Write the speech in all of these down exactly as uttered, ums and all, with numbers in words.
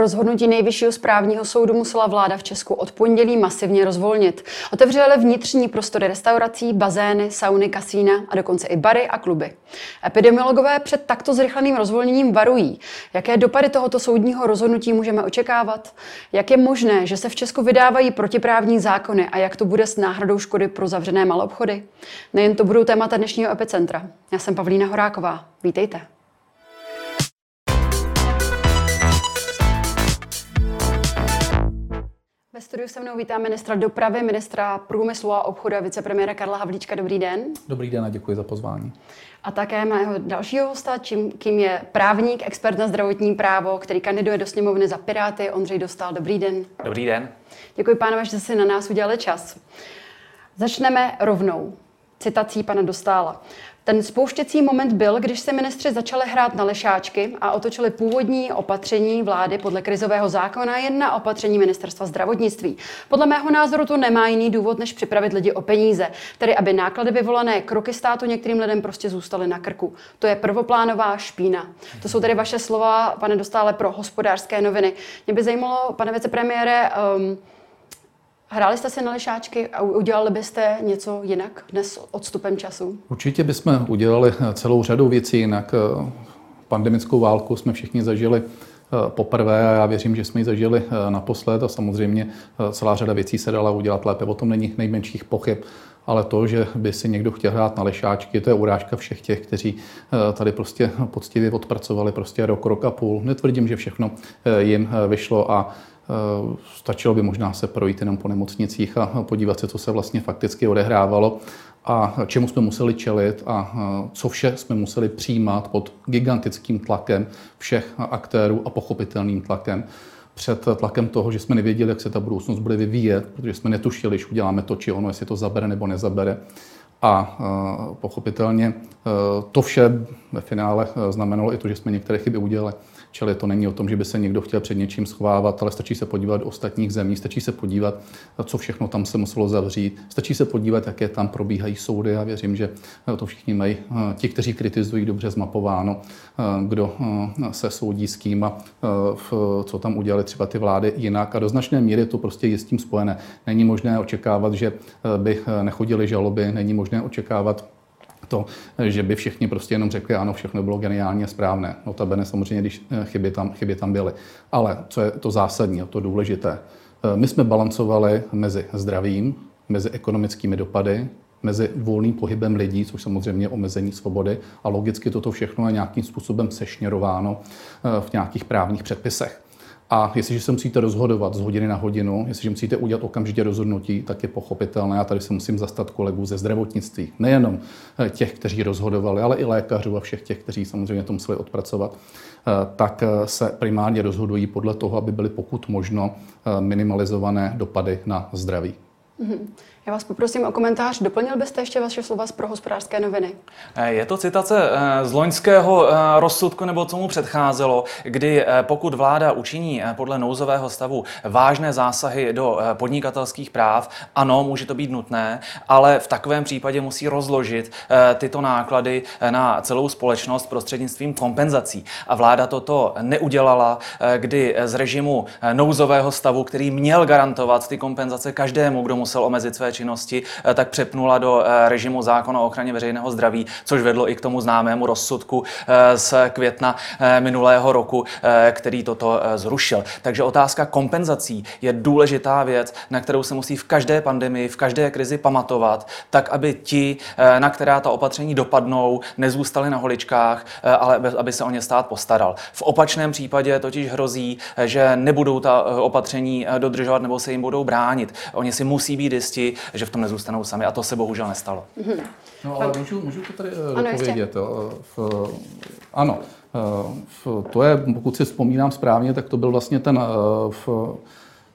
rozhodnutí Nejvyššího správního soudu musela vláda v Česku od pondělí masivně rozvolnit. Otevřely vnitřní prostory restaurací, bazény, sauny, kasína a dokonce i bary a kluby. Epidemiologové před takto zrychleným rozvolněním varují. Jaké dopady tohoto soudního rozhodnutí můžeme očekávat? Jak je možné, že se v Česku vydávají protiprávní zákony a jak to bude s náhradou škody pro zavřené maloobchody? Nejen to budou témata dnešního Epicentra. Já jsem Pavlína Horáková. Vítejte. Ve studiu se mnou vítám ministra dopravy, ministra průmyslu a obchodu a vicepremiéra Karla Havlíčka. Dobrý den. Dobrý den a děkuji za pozvání. A také mého dalšího hosta, čím, kým je právník, expert na zdravotní právo, který kandiduje do sněmovny za Piráty, Ondřej Dostál. Dobrý den. Dobrý den. Děkuji, pánové, že jste si na nás udělali čas. Začneme rovnou citací pana Dostála. Ten spouštěcí moment byl, když se ministři začali hrát na lešáčky a otočili původní opatření vlády podle krizového zákona jen na opatření ministerstva zdravotnictví. Podle mého názoru to nemá jiný důvod, než připravit lidi o peníze, tedy aby náklady vyvolané kroky státu některým lidem prostě zůstaly na krku. To je prvoplánová špína. To jsou tedy vaše slova, pane Dostále, pro Hospodářské noviny. Mě by zajímalo, pane vicepremiére, um, hráli jste si na lešáčky a udělali byste něco jinak dnes odstupem času? Určitě bychom udělali celou řadu věcí jinak. Pandemickou válku jsme všichni zažili poprvé a já věřím, že jsme ji zažili naposled a samozřejmě celá řada věcí se dala udělat lépe. O tom není nejmenších pochyb. Ale to, že by si někdo chtěl hrát na lešáčky, to je urážka všech těch, kteří tady prostě poctivě odpracovali prostě rok, rok a půl. Netvrdím, že všechno jim vyšlo a stačilo by možná se projít jenom po nemocnicích a podívat se, co se vlastně fakticky odehrávalo a čemu jsme museli čelit a co vše jsme museli přijímat pod gigantickým tlakem všech aktérů a pochopitelným tlakem. Před tlakem toho, že jsme nevěděli, jak se ta budoucnost bude vyvíjet, protože jsme netušili, že uděláme to či ono, jestli to zabere nebo nezabere. A uh, pochopitelně uh, to vše ve finále uh, znamenalo i to, že jsme některé chyby udělali. Čili to není o tom, že by se někdo chtěl před něčím schovávat, ale stačí se podívat do ostatních zemí, stačí se podívat, co všechno tam se muselo zavřít, stačí se podívat, jaké tam probíhají soudy. Já věřím, že to všichni mají, ti, kteří kritizují, dobře zmapováno, kdo se soudí s kým a co tam udělali třeba ty vlády jinak. A do značné míry to prostě je s tím spojené. Není možné očekávat, že by nechodily žaloby, není možné očekávat to, že by všichni prostě jenom řekli, ano, všechno bylo geniálně správné. Notabene samozřejmě, když chyby tam, chyby tam byly. Ale co je to zásadní, to důležité, my jsme balancovali mezi zdravím, mezi ekonomickými dopady, mezi volným pohybem lidí, což samozřejmě je omezení svobody a logicky toto všechno je nějakým způsobem sešněrováno v nějakých právních předpisech. A jestliže se musíte rozhodovat z hodiny na hodinu, jestliže musíte udělat okamžitě rozhodnutí, tak je pochopitelné. Já tady se musím zastat kolegů ze zdravotnictví. Nejenom těch, kteří rozhodovali, ale i lékařů a všech těch, kteří samozřejmě to museli odpracovat. Tak se primárně rozhodují podle toho, aby byly pokud možno minimalizované dopady na zdraví. Mm-hmm. Já vás poprosím o komentář. Doplnil byste ještě vaše slova pro Hospodářské noviny? Je to citace z loňského rozsudku, nebo co mu předcházelo, kdy pokud vláda učiní podle nouzového stavu vážné zásahy do podnikatelských práv, ano, může to být nutné, ale v takovém případě musí rozložit tyto náklady na celou společnost prostřednictvím kompenzací. A vláda toto neudělala, kdy z režimu nouzového stavu, který měl garantovat ty kompenzace každému, kdo musel omezit své činnosti, tak přepnula do režimu zákona o ochraně veřejného zdraví, což vedlo i k tomu známému rozsudku z května minulého roku, který toto zrušil. Takže otázka kompenzací je důležitá věc, na kterou se musí v každé pandemii, v každé krizi pamatovat, tak aby ti, na která ta opatření dopadnou, nezůstali na holičkách, ale aby se o ně stát postaral. V opačném případě totiž hrozí, že nebudou ta opatření dodržovat nebo se jim budou bránit. Oni si musí být jisti, že v tom nezůstanou sami. A to se bohužel nestalo. Mm-hmm. No ale můžu, můžu to tady dopovědět. V, ano, v, to je, pokud si vzpomínám správně, tak to byl vlastně ten v,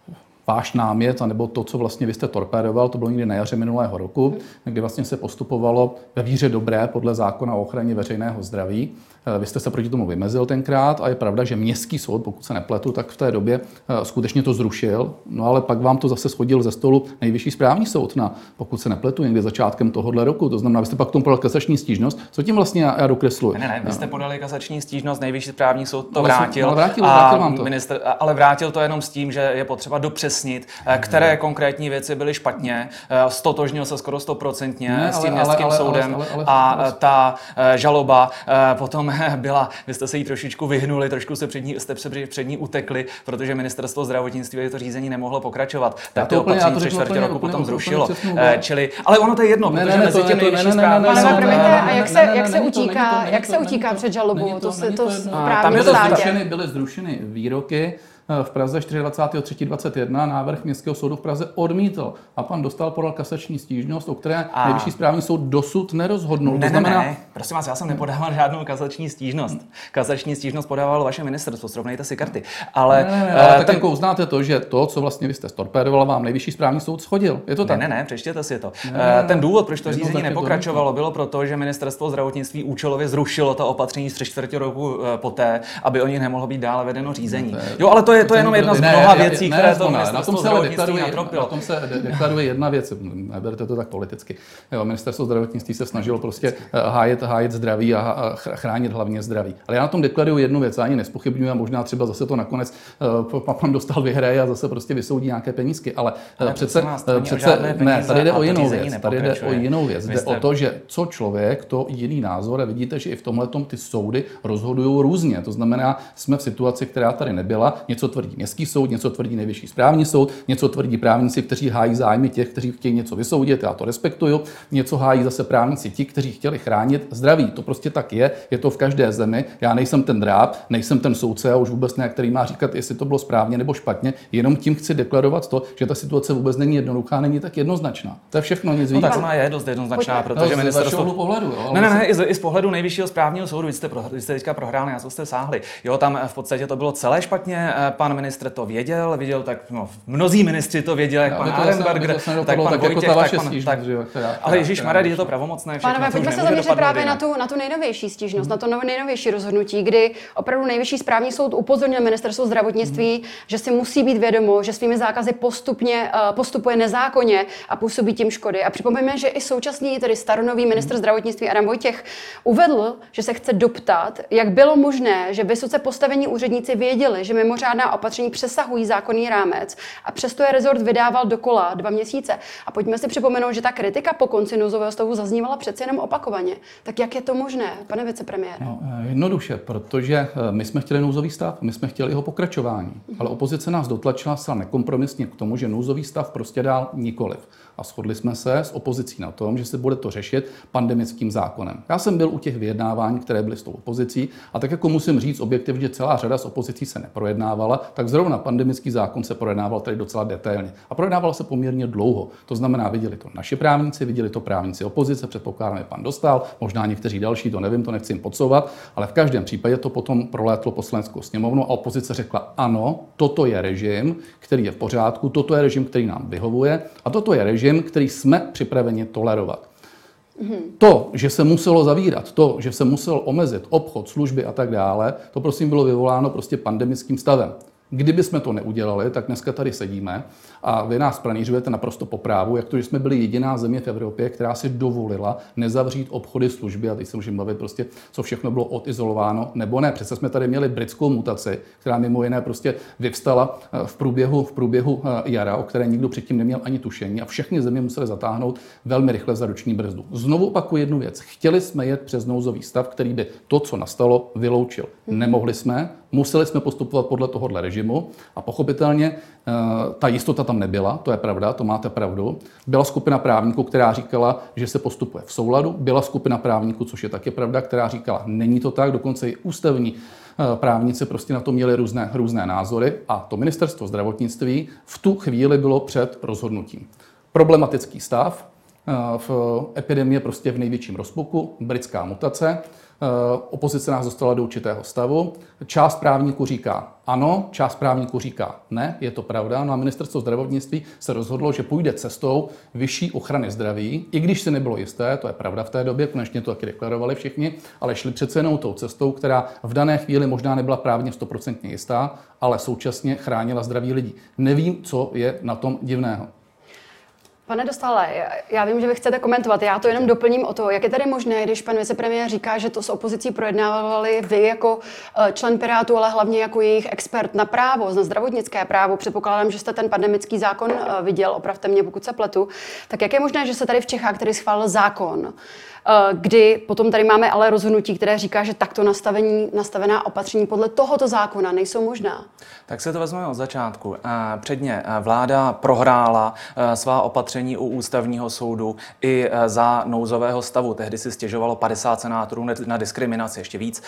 váš námět, anebo to, co vlastně vy jste torpédoval, to bylo někdy na jaře minulého roku, kdy vlastně se postupovalo ve víře dobré podle zákona o ochraně veřejného zdraví. Vy jste se proti tomu vymezil tenkrát a je pravda, že městský soud, pokud se nepletu, tak v té době skutečně to zrušil. No ale pak vám to zase shodil ze stolu Nejvyšší správní soud na, pokud se nepletu, někdy začátkem tohohle roku. To znamená, vy jste pak k tomu podal kasační stížnost. Co tím vlastně já, já dokresluji? Ne, ne, ne, vy jste podali kasační stížnost, Nejvyšší správní soud to ale vrátil, ale vrátil, a vrátil vám to. Ministr, ale vrátil to jenom s tím, že je potřeba dopřesnit, které ne. konkrétní věci byly špatně. Stotožnil se skoro stoprocentně ne, s tím ale, městským ale, soudem ale, ale, ale, a ale, ta žaloba potom byla, vy jste se jí trošičku vyhnuli, trošku se před ní, jste před ní utekli, protože ministerstvo zdravotnictví to řízení nemohlo pokračovat. Tak to opatření tři čtvrtě roku potom zrušilo. Čili, ale ono to je jedno, protože mezi tím Nejvyšší správní soud. A jak se jak se utíká, jak se utíká před žalobou? To se to správně státě. Byly zrušeny výroky. V Praze dvacátého třetího dvacet jedna návrh Městského soudu v Praze odmítl a pan Dostál podal kasační stížnost, o které a... Nejvyšší správní soud dosud nerozhodnul. Ne, to znamená... ne, ne, prosím vás, já jsem nepodával žádnou kasační stížnost. Kasační stížnost podávalo vaše ministerstvo, srovnejte si karty. Ale, ne, ne, ne, ale ten... tak jako uznáte to, že to, co vlastně vy jste storpédoval, vám Nejvyšší správní soud shodil. Je to tak? Ne, ne, ne, přečtěte si to. Ne, ten důvod, proč to řízení nepokračovalo, bylo proto, že ministerstvo zdravotnictví účelově zrušilo ta opatření z tři čtvrtě roku poté, aby o nich nemohlo být dále vedeno řízení. Jo, ale to je to jenom jedna z mnoha věcí, které to ministerstvo zdravotnictví natropilo. Na tom se deklaruje jedna věc, neberte to tak politicky. Jo, ministerstvo zdravotnictví se snažilo prostě hájet, hájet zdraví a chránit hlavně zdraví. Ale já na tom deklaruju jednu věc, ani nespochybňuji a možná třeba zase to nakonec pan Dostal vyhraje a zase prostě vysoudí nějaké penízky. Ale, ale přece, vás, přece ne, tady jde o jinou věc. Tady jde o jinou věc. Jde o to, že co člověk, to jiný názor a vidíte, že i v tomhletom ty soudy rozhodují různě. To znamená, jsme v situaci, která tady nebyla, něco tvrdí Městský soud, něco tvrdí Nejvyšší správní soud, něco tvrdí právníci, kteří hájí zájmy těch, kteří chtějí něco vysoudit, já to respektuju, něco hájí zase právníci ti, kteří chtěli chránit zdraví. To prostě tak je, je to v každé zemi. Já nejsem ten dráb, nejsem ten soudce a už vůbec ne, který má říkat, jestli to bylo správně nebo špatně, jenom tím chci deklarovat to, že ta situace vůbec není jednoduchá, není tak jednoznačná. To je všechno, nic víc. No tak ona je dost jednoznačná, protože no, ministerstvo pohledu, jo, ne, ne, ne, i z, i z pohledu Nejvyššího správního soudu, vy jste, pro, vy jste teďka prohráli, já jste sáhli. Jo, tam v podstatě to bylo celé špatně, pan ministr to věděl, viděl tak, no, mnozí ministři to věděli, jak pan Arenberger, tak pan Vojtěch, tak pan, tak, ale ježišmarja, je to pravomocné všechno. Pánové, pojďme se zaměřit právě na tu, na tu nejnovější stížnost, na to nejnovější rozhodnutí, kdy opravdu Nejvyšší správní soud upozornil ministerstvo zdravotnictví, že si musí být vědomo, že svými zákazy postupně postupuje nezákonně a působí tím škody. A připomeňme, že i současný, tedy staronový ministr zdravotnictví Adam Vojtěch uvedl, že se chce doptat, jak bylo možné, že vysoce postavení úředníci věděli, že mimořádná opatření přesahují zákonný rámec a přesto je rezort vydával dokola dva měsíce. A pojďme si připomenout, že ta kritika po konci nouzového stavu zaznívala přece jenom opakovaně. Tak jak je to možné, pane vicepremiére? No, jednoduše, protože my jsme chtěli nouzový stav, my jsme chtěli jeho pokračování, ale opozice nás dotlačila zcela nekompromisně k tomu, že nouzový stav prostě dál nikoliv. A shodli jsme se s opozicí na tom, že se bude to řešit pandemickým zákonem. Já jsem byl u těch vyjednávání, které byly s tou opozicí, a tak jako musím říct objektivně, že celá řada z opozicí se neprojednávala, tak zrovna pandemický zákon se projednával tady docela detailně. A projednával se poměrně dlouho. To znamená, viděli to naši právníci, viděli to právníci opozice, předpokládáme pan Dostál, možná někteří další, to nevím, to nechci jim podsouvat, ale v každém případě to potom prolétlo Poslaneckou sněmovnu a opozice řekla: ano, toto je režim, který je v pořádku, toto je režim, který nám vyhovuje, a toto je režim, který jsme připraveni tolerovat. Mm-hmm. To, že se muselo zavírat, to, že se musel omezit obchod, služby a tak dále, to prosím bylo vyvoláno prostě pandemickým stavem. Kdyby jsme to neudělali, tak dneska tady sedíme a vy nás pranířujete naprosto po právu, jak to, že jsme byli jediná země v Evropě, která si dovolila nezavřít obchody, služby, a teď se můžeme bavit prostě, co všechno bylo odizolováno, nebo ne. Přece jsme tady měli britskou mutaci, která mimo jiné prostě vyvstala v průběhu, v průběhu jara, o které nikdo předtím neměl ani tušení, a všechny země musely zatáhnout velmi rychle za ruční brzdu. Znovu opakuju jednu věc. Chtěli jsme jet přes nouzový stav, který by to, co nastalo, vyloučil. Nemohli jsme, museli jsme postupovat podle tohohle režimu a pochopitelně ta jistota tam nebyla, to je pravda, to máte pravdu. Byla skupina právníků, která říkala, že se postupuje v souladu, byla skupina právníků, což je taky pravda, která říkala, není to tak, dokonce i ústavní právníci prostě na to měli různé, různé názory, a to ministerstvo zdravotnictví v tu chvíli bylo před rozhodnutím. Problematický stav, v epidemie prostě v největším rozpuku, britská mutace. Opozice nás dostala do určitého stavu. Část právníků říká ano, část právníků říká ne, je to pravda. No a ministerstvo zdravotnictví se rozhodlo, že půjde cestou vyšší ochrany zdraví, i když se nebylo jisté, to je pravda v té době, konečně to taky deklarovali všichni, ale šli přece jenom tou cestou, která v dané chvíli možná nebyla právně stoprocentně jistá, ale současně chránila zdraví lidí. Nevím, co je na tom divného. Pane Dostále, já vím, že vy chcete komentovat, já to jenom doplním o to, jak je tady možné, když pan vicepremiér říká, že to s opozicí projednávali vy jako člen Pirátů, ale hlavně jako jejich expert na právo, na zdravotnické právo. Předpokládám, že jste ten pandemický zákon viděl, opravte mě, pokud se pletu. Tak jak je možné, že se tady v Čechách, který schválil zákon, kdy potom tady máme ale rozhodnutí, které říká, že takto nastavení, nastavená opatření podle tohoto zákona nejsou možná? Tak si to vezmeme od začátku. Předně vláda prohrála svá opatření u ústavního soudu i za nouzového stavu. Tehdy si stěžovalo padesát senátorů na diskriminaci, ještě víc.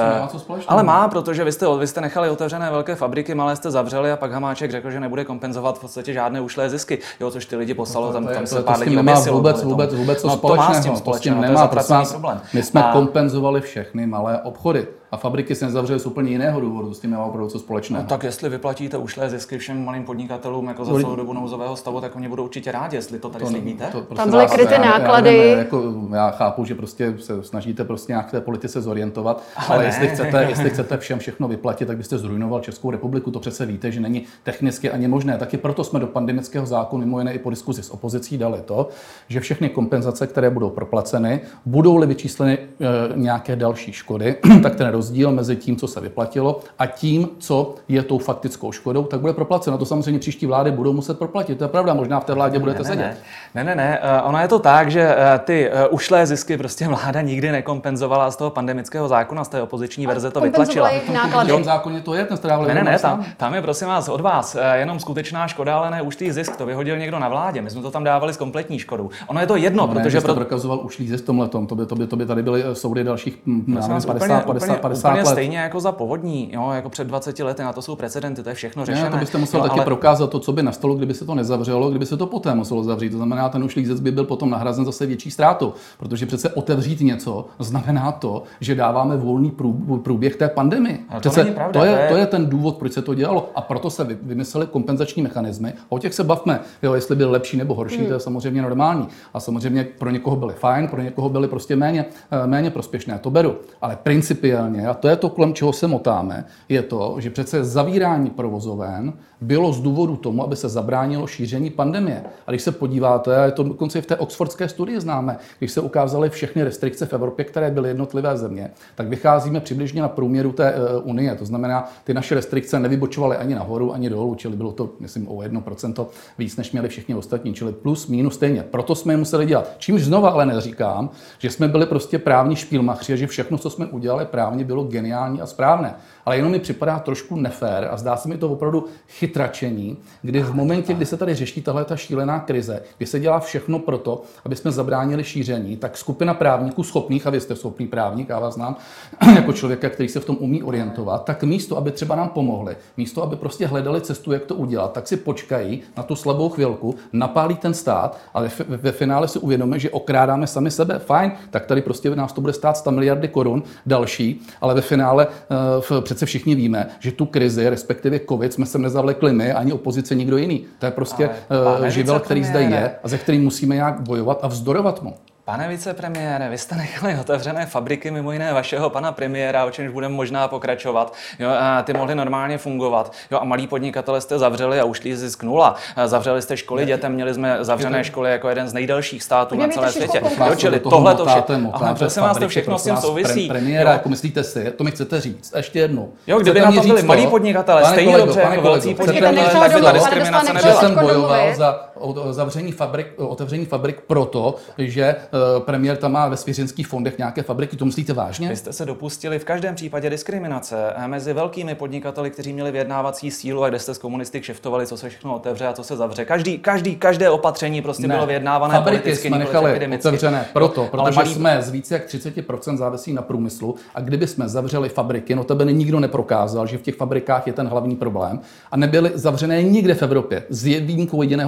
Ale má, protože vy jste, vy jste nechali otevřené velké fabriky, malé jste zavřeli a pak Hamáček řekl, že nebude kompenzovat v podstatě žádné ušlé zisky. Jo, což ty lidi poslalo, tam, tam se pár lidí oběsilo. Vůbec, vůbec, vůbec co no, společného. společného. Nemá, prosím vás, problém. My jsme a... kompenzovali všechny malé obchody. A fabriky se nezavřely z úplně jiného důvodu, s tím nemá opravdu co společného. No, tak jestli vyplatíte ušlé zisky všem malým podnikatelům jako za celou dobu nouzového stavu, tak oni budou určitě rádi, jestli to tady to, slíbíte. To, Tam byly kryté náklady. Já, já, jako, já chápu, že prostě se snažíte prostě nějak té politice zorientovat, ale, ale jestli, chcete, jestli chcete všem všechno vyplatit, tak byste zrujnoval Českou republiku. To přece víte, že není technicky ani možné. Taky proto jsme do pandemického zákona mimo jiné i po diskuzi s opozicí dali to, že všechny kompenzace, které budou proplaceny, budou-li vyčísleny e, nějaké další škody, tak ten rozdíl mezi tím, co se vyplatilo a tím, co je tou faktickou škodou, tak bude proplaceno. To samozřejmě příští vlády budou muset proplatit. To je pravda, možná v té vládě budete ne, ne, sedět. Ne, ne, ne. Uh, ono je to tak, že uh, ty uh, ušlé zisky prostě vláda nikdy nekompenzovala z toho pandemického zákona, z té opoziční verze to vytlačila. V tom zákoně to je, ten strávil. Ne, ne, ne, tam, tam je prosím vás od vás uh, jenom skutečná škoda, ale ne ušlý zisk. To vyhodil někdo na vládě. My jsme to tam dávali s kompletní škodou. Ono je to jedno, no, protože ne, pro... prokazoval ušlý zisk tomhletom. To by, to by, to by tady byly soudy dalších padesát, padesát, padesát úplně let. Stejně jako za povodní, jo, jako před dvaceti lety, na to jsou precedenty, to je všechno řešené. Ne, to byste musel jo, taky ale... prokázat to, co by nastalo, kdyby se to nezavřelo, kdyby se to poté muselo zavřít. To znamená, ten ušlý zisk by byl potom nahrazen zase větší ztrátou, protože přece otevřít něco znamená to, že dáváme volný průběh té pandemie. Přece to, pravda, to, je, to je ten důvod, proč se to dělalo, a proto se vymysleli kompenzační mechanismy. O těch se bavme, jo, jestli byl lepší nebo horší, hmm. to je samozřejmě normální. A samozřejmě pro někoho byly fajn, pro někoho byly prostě méně, méně prospěšné. To beru, ale principiálně, a to je to, kolem čeho se motáme, je to, že přece zavírání provozoven bylo z důvodu tomu, aby se zabránilo šíření pandemie. A když se podíváte, a je to dokonce i v té oxfordské studii známe, když se ukázaly všechny restrikce v Evropě, které byly jednotlivé země, tak vycházíme přibližně na průměru té uh, unie. To znamená, ty naše restrikce nevybočovaly ani nahoru, ani dolů, čili bylo to, myslím, o jedno procento víc, než měli všichni ostatní, čili plus, minus stejně. Proto jsme je museli dělat. Čímž znova ale neříkám, že jsme byli prostě právní špílmachři a že všechno, co jsme udělali právně, bylo geniální a správné. Ale jenom mi připadá trošku nefér a zdá se mi to opravdu chytračení, kdy v momentě, kdy se tady řeší tahle ta šílená krize, kdy se dělá všechno proto, aby jsme zabránili šíření, tak skupina právníků schopných, a vy jste schopný právník, já vás znám jako člověka, který se v tom umí orientovat, tak místo, aby třeba nám pomohli, místo, aby prostě hledali cestu, jak to udělat, tak si počkají na tu slabou chvilku, napálí ten stát, ale ve, ve finále si uvědomíme, že okrádáme sami sebe. Fajn, tak tady prostě nás to bude stát sto miliardy korun další, ale ve finále v přece všichni víme, že tu krizi, respektive covid, jsme sem nezavlekli my, ani opozice, nikdo jiný. To je prostě uh, živel, který zde je a ze kterým musíme nějak bojovat a vzdorovat mu. Pane vicepremiére, vy jste nechali otevřené fabriky, mimo jiné vašeho pana premiéra, o čemž budeme možná pokračovat. Jo, a ty mohly normálně fungovat. Jo, a malí podnikatele jste zavřeli a ušli zisk nula. Zavřeli jste školy dětem, měli jsme zavřené školy jako jeden z nejdelších států na celé světě. Jo, čili tohle to všechno. Ale prosím vás, to všechno s tím souvisí. Premiéra, jako myslíte si, to mi chcete říct. Ještě jednou. Jo, kdyby na to byli malí podnikatele, stejně dobře jako velcí podnikatele, tak by ta diskriminace nebyla. Já jsem bojoval za zavření fabrik, otevření fabrik proto, že premiér tam má ve svěřenských fondech nějaké fabriky. To myslíte vážně? Vy jste se dopustili v každém případě diskriminace mezi velkými podnikateli, kteří měli vyjednávací sílu a kde jste s komunisty kšeftovali, co se všechno otevře a co se zavře. Každý, každý, každé opatření prostě ne. bylo vyjednávané fabriky politicky, jsme nechali otevřené proto, protože malý... jsme z více jak třicet procent závisí na průmyslu a kdyby jsme zavřeli fabriky, no tebe nikdo neprokázal, že v těch fabrikách je ten hlavní problém a nebyly zavřené nikde v Evropě s výjimkou jediného státu.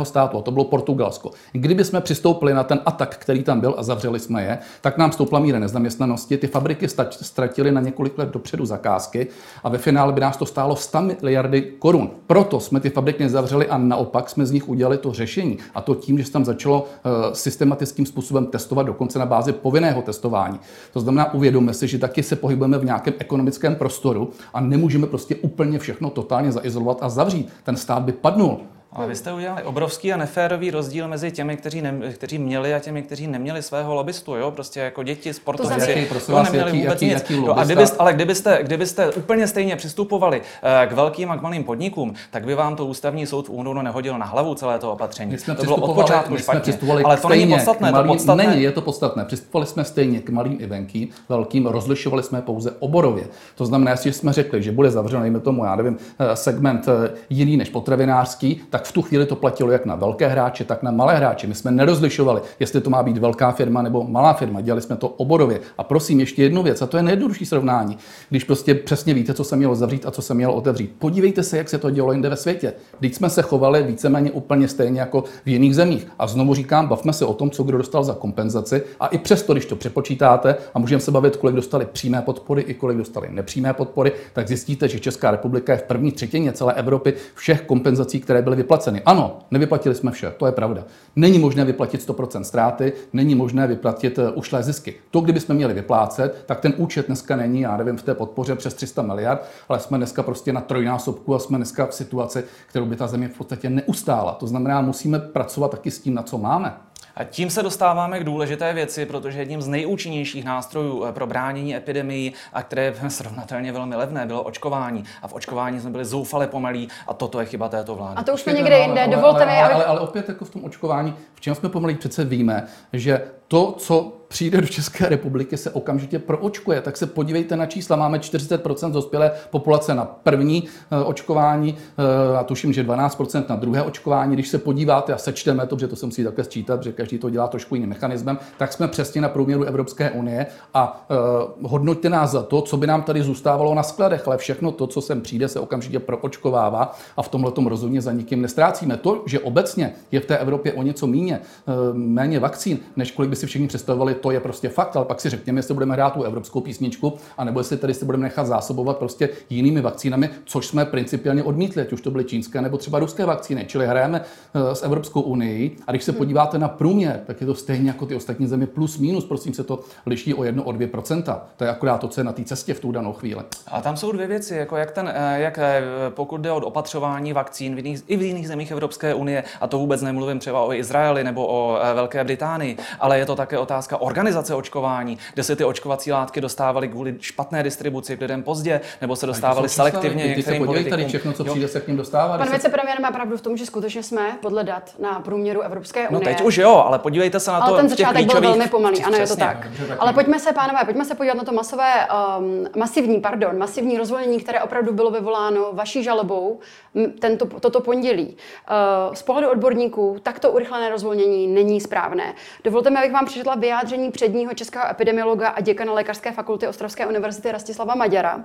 to bylo Portugalsko. Kdyby jsme přistoupili na ten atak, který tam byl a zavřeli jsme je, tak nám stoupla míra nezaměstnanosti, ty fabriky ztratily na několik let dopředu zakázky a ve finále by nás to stálo sto miliardy korun. Proto jsme ty fabriky nezavřeli a naopak jsme z nich udělali to řešení. A to tím, že se tam začalo uh, systematickým způsobem testovat, dokonce na bázi povinného testování. To znamená, uvědomme si, že taky se pohybujeme v nějakém ekonomickém prostoru a nemůžeme prostě úplně všechno totálně zaizolovat a zavřít. Ten stát by padnul. Ale vy jste udělali obrovský a neférový rozdíl mezi těmi, kteří, ne, kteří měli a těmi, kteří neměli svého lobbystu, jo? Prostě jako děti, sportovci, to neměli jaký, vůbec jaký, nic. Jaký no a kdybyste, ale kdybyste, kdybyste úplně stejně přistupovali k velkým a k malým podnikům, tak by vám to ústavní soud v únoru nehodil na hlavu celé to opatření. To bylo od počátku špatně. Ale to není podstatné, malým, to podstatné. Není, je to podstatné. Přistupovali jsme stejně k malým i venkým, velkým, rozlišovali jsme pouze oborově. To znamená, že jsme řekli, že bude zavřen, dejme tomu, já nevím, segment jiný než potravinářský, tak v tu chvíli to platilo jak na velké hráče, tak na malé hráče. My jsme nerozlišovali, jestli to má být velká firma nebo malá firma. Dělali jsme to oborově. A prosím, ještě jednu věc, a to je nejjednodušší srovnání. Když prostě přesně víte, co se mělo zavřít a co se mělo otevřít. Podívejte se, jak se to dělo jinde ve světě. Vždyť jsme se chovali víceméně úplně stejně jako v jiných zemích. A znovu říkám, bavme se o tom, co kdo dostal za kompenzaci. A i přesto, když to přepočítáte a můžeme se bavit, kolik dostali přímé podpory i kolik dostali nepřímé podpory, tak zjistíte, že Česká republika je v první třetině celé Evropy všech kompenzací, které byly vyplaceny. Ano, nevyplatili jsme vše, to je pravda. Není možné vyplatit sto procent ztráty, není možné vyplatit ušlé zisky. To, kdybychom měli vyplácet, tak ten účet dneska není, já nevím, v té podpoře přes tři sta miliard, ale jsme dneska prostě na trojnásobku a jsme dneska v situaci, kterou by ta země v podstatě neustála. To znamená, musíme pracovat taky s tím, na co máme. A tím se dostáváme k důležité věci, protože jedním z nejúčinnějších nástrojů pro bránění epidemii, a které je srovnatelně velmi levné, bylo očkování. A v očkování jsme byli zoufale pomalí a toto je chyba této vlády. A to už jsme někde jinde. Dovolte ale, mi, ale, aby... ale, ale opět jako v tom očkování, v čem jsme pomalí, přece víme, že to, co přijde do České republiky, se okamžitě proočkuje. Tak se podívejte na čísla. Máme čtyřicet procent dospělé populace na první e, očkování e, a tuším, že dvanáct procent na druhé očkování. Když se podíváte a sečteme to, protože to se musí takhle sčítat, protože každý to dělá trošku jiným mechanismem, tak jsme přesně na průměru Evropské unie a e, hodnoťte nás za to, co by nám tady zůstávalo na skladech, ale všechno to, co sem přijde, se okamžitě proočkovává a v tomhletom rozhodně za nikým nestrácíme. To, že obecně je v té Evropě o něco méně, e, méně vakcín, než kolik by si všichni představovali, to je prostě fakt, ale pak si řekněme, jestli budeme hrát tu evropskou písničku, anebo jestli tady si budeme nechat zásobovat prostě jinými vakcínami, což jsme principiálně odmítli, ať už to byly čínské nebo třeba ruské vakcíny, čili hrajeme s Evropskou unii. A když se podíváte na průměr, tak je to stejně jako ty ostatní země plus minus, prosím se to liší o jedno o dvě procenta. To je akorát to, co je na té cestě v tu danou chvíli. A tam jsou dvě věci, jako jak ten, jak pokud jde o opatřování vakcín v jiných, i v jiných zemích Evropské unie, a to vůbec nemluvím třeba o Izraeli nebo o Velké Británii, ale je to také otázka organizace očkování, kde se ty očkovací látky dostávaly kvůli špatné distribuci k lidem pozdě, nebo se dostávaly selektivně některým politikům. Tady všechno, co přijde, se k ním dostává. Pan vicepremiér má pravdu v tom, že skutečně jsme podle dat na průměru Evropské unie. No teď už jo, ale podívejte se na to. Ale ten začátek byl velmi pomalý, ano, je to přesně. tak. Ale pojďme se, pánové, pojďme se podívat na to masové, um, masivní, pardon, masivní rozvolnění, které opravdu bylo vyvoláno vaší žalobou tento, toto pondělí. Uh, z pohledu odborníků takto urychlené rozvolnění není správné. Dovolte mi, abych vám přečetla vyjádření předního českého epidemiologa a děkana Lékařské fakulty Ostravské univerzity Rastislava Maďara,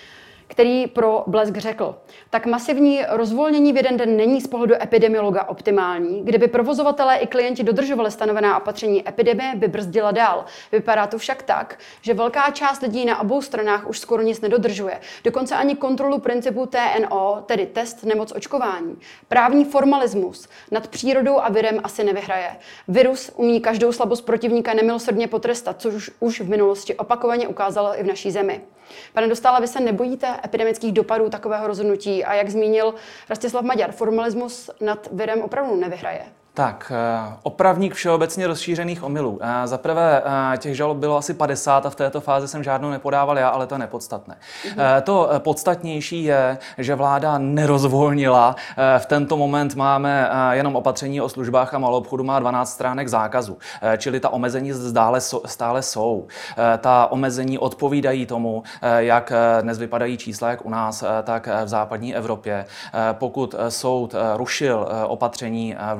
který pro Blesk řekl: tak masivní rozvolnění v jeden den není z pohledu epidemiologa optimální. Kdyby provozovatelé i klienti dodržovali stanovená opatření, epidemie by brzdila dál. Vypadá to však tak, že velká část lidí na obou stranách už skoro nic nedodržuje. Dokonce ani kontrolu principu T N O, tedy test, nemoc, očkování. Právní formalismus nad přírodou a virem asi nevyhraje. Virus umí každou slabost protivníka nemilosrdně potrestat, což už, už v minulosti opakovaně ukázalo i v naší zemi. Pane Dostála, vy se nebojíte epidemických dopadů takového rozhodnutí a jak zmínil Rastislav Maďar, formalismus nad virem opravdu nevyhraje? Tak, opravník všeobecně rozšířených omylů. Za prvé, těch žalob bylo asi padesát a v této fázi jsem žádnou nepodával já, ale to je nepodstatné. Mm-hmm. To podstatnější je, že vláda nerozvolnila. V tento moment máme jenom opatření o službách a maloobchodu, má dvanáct stránek zákazu, čili ta omezení stále, stále jsou. Ta omezení odpovídají tomu, jak dnes vypadají čísla, jak u nás, tak v západní Evropě. Pokud soud rušil opatření vládě,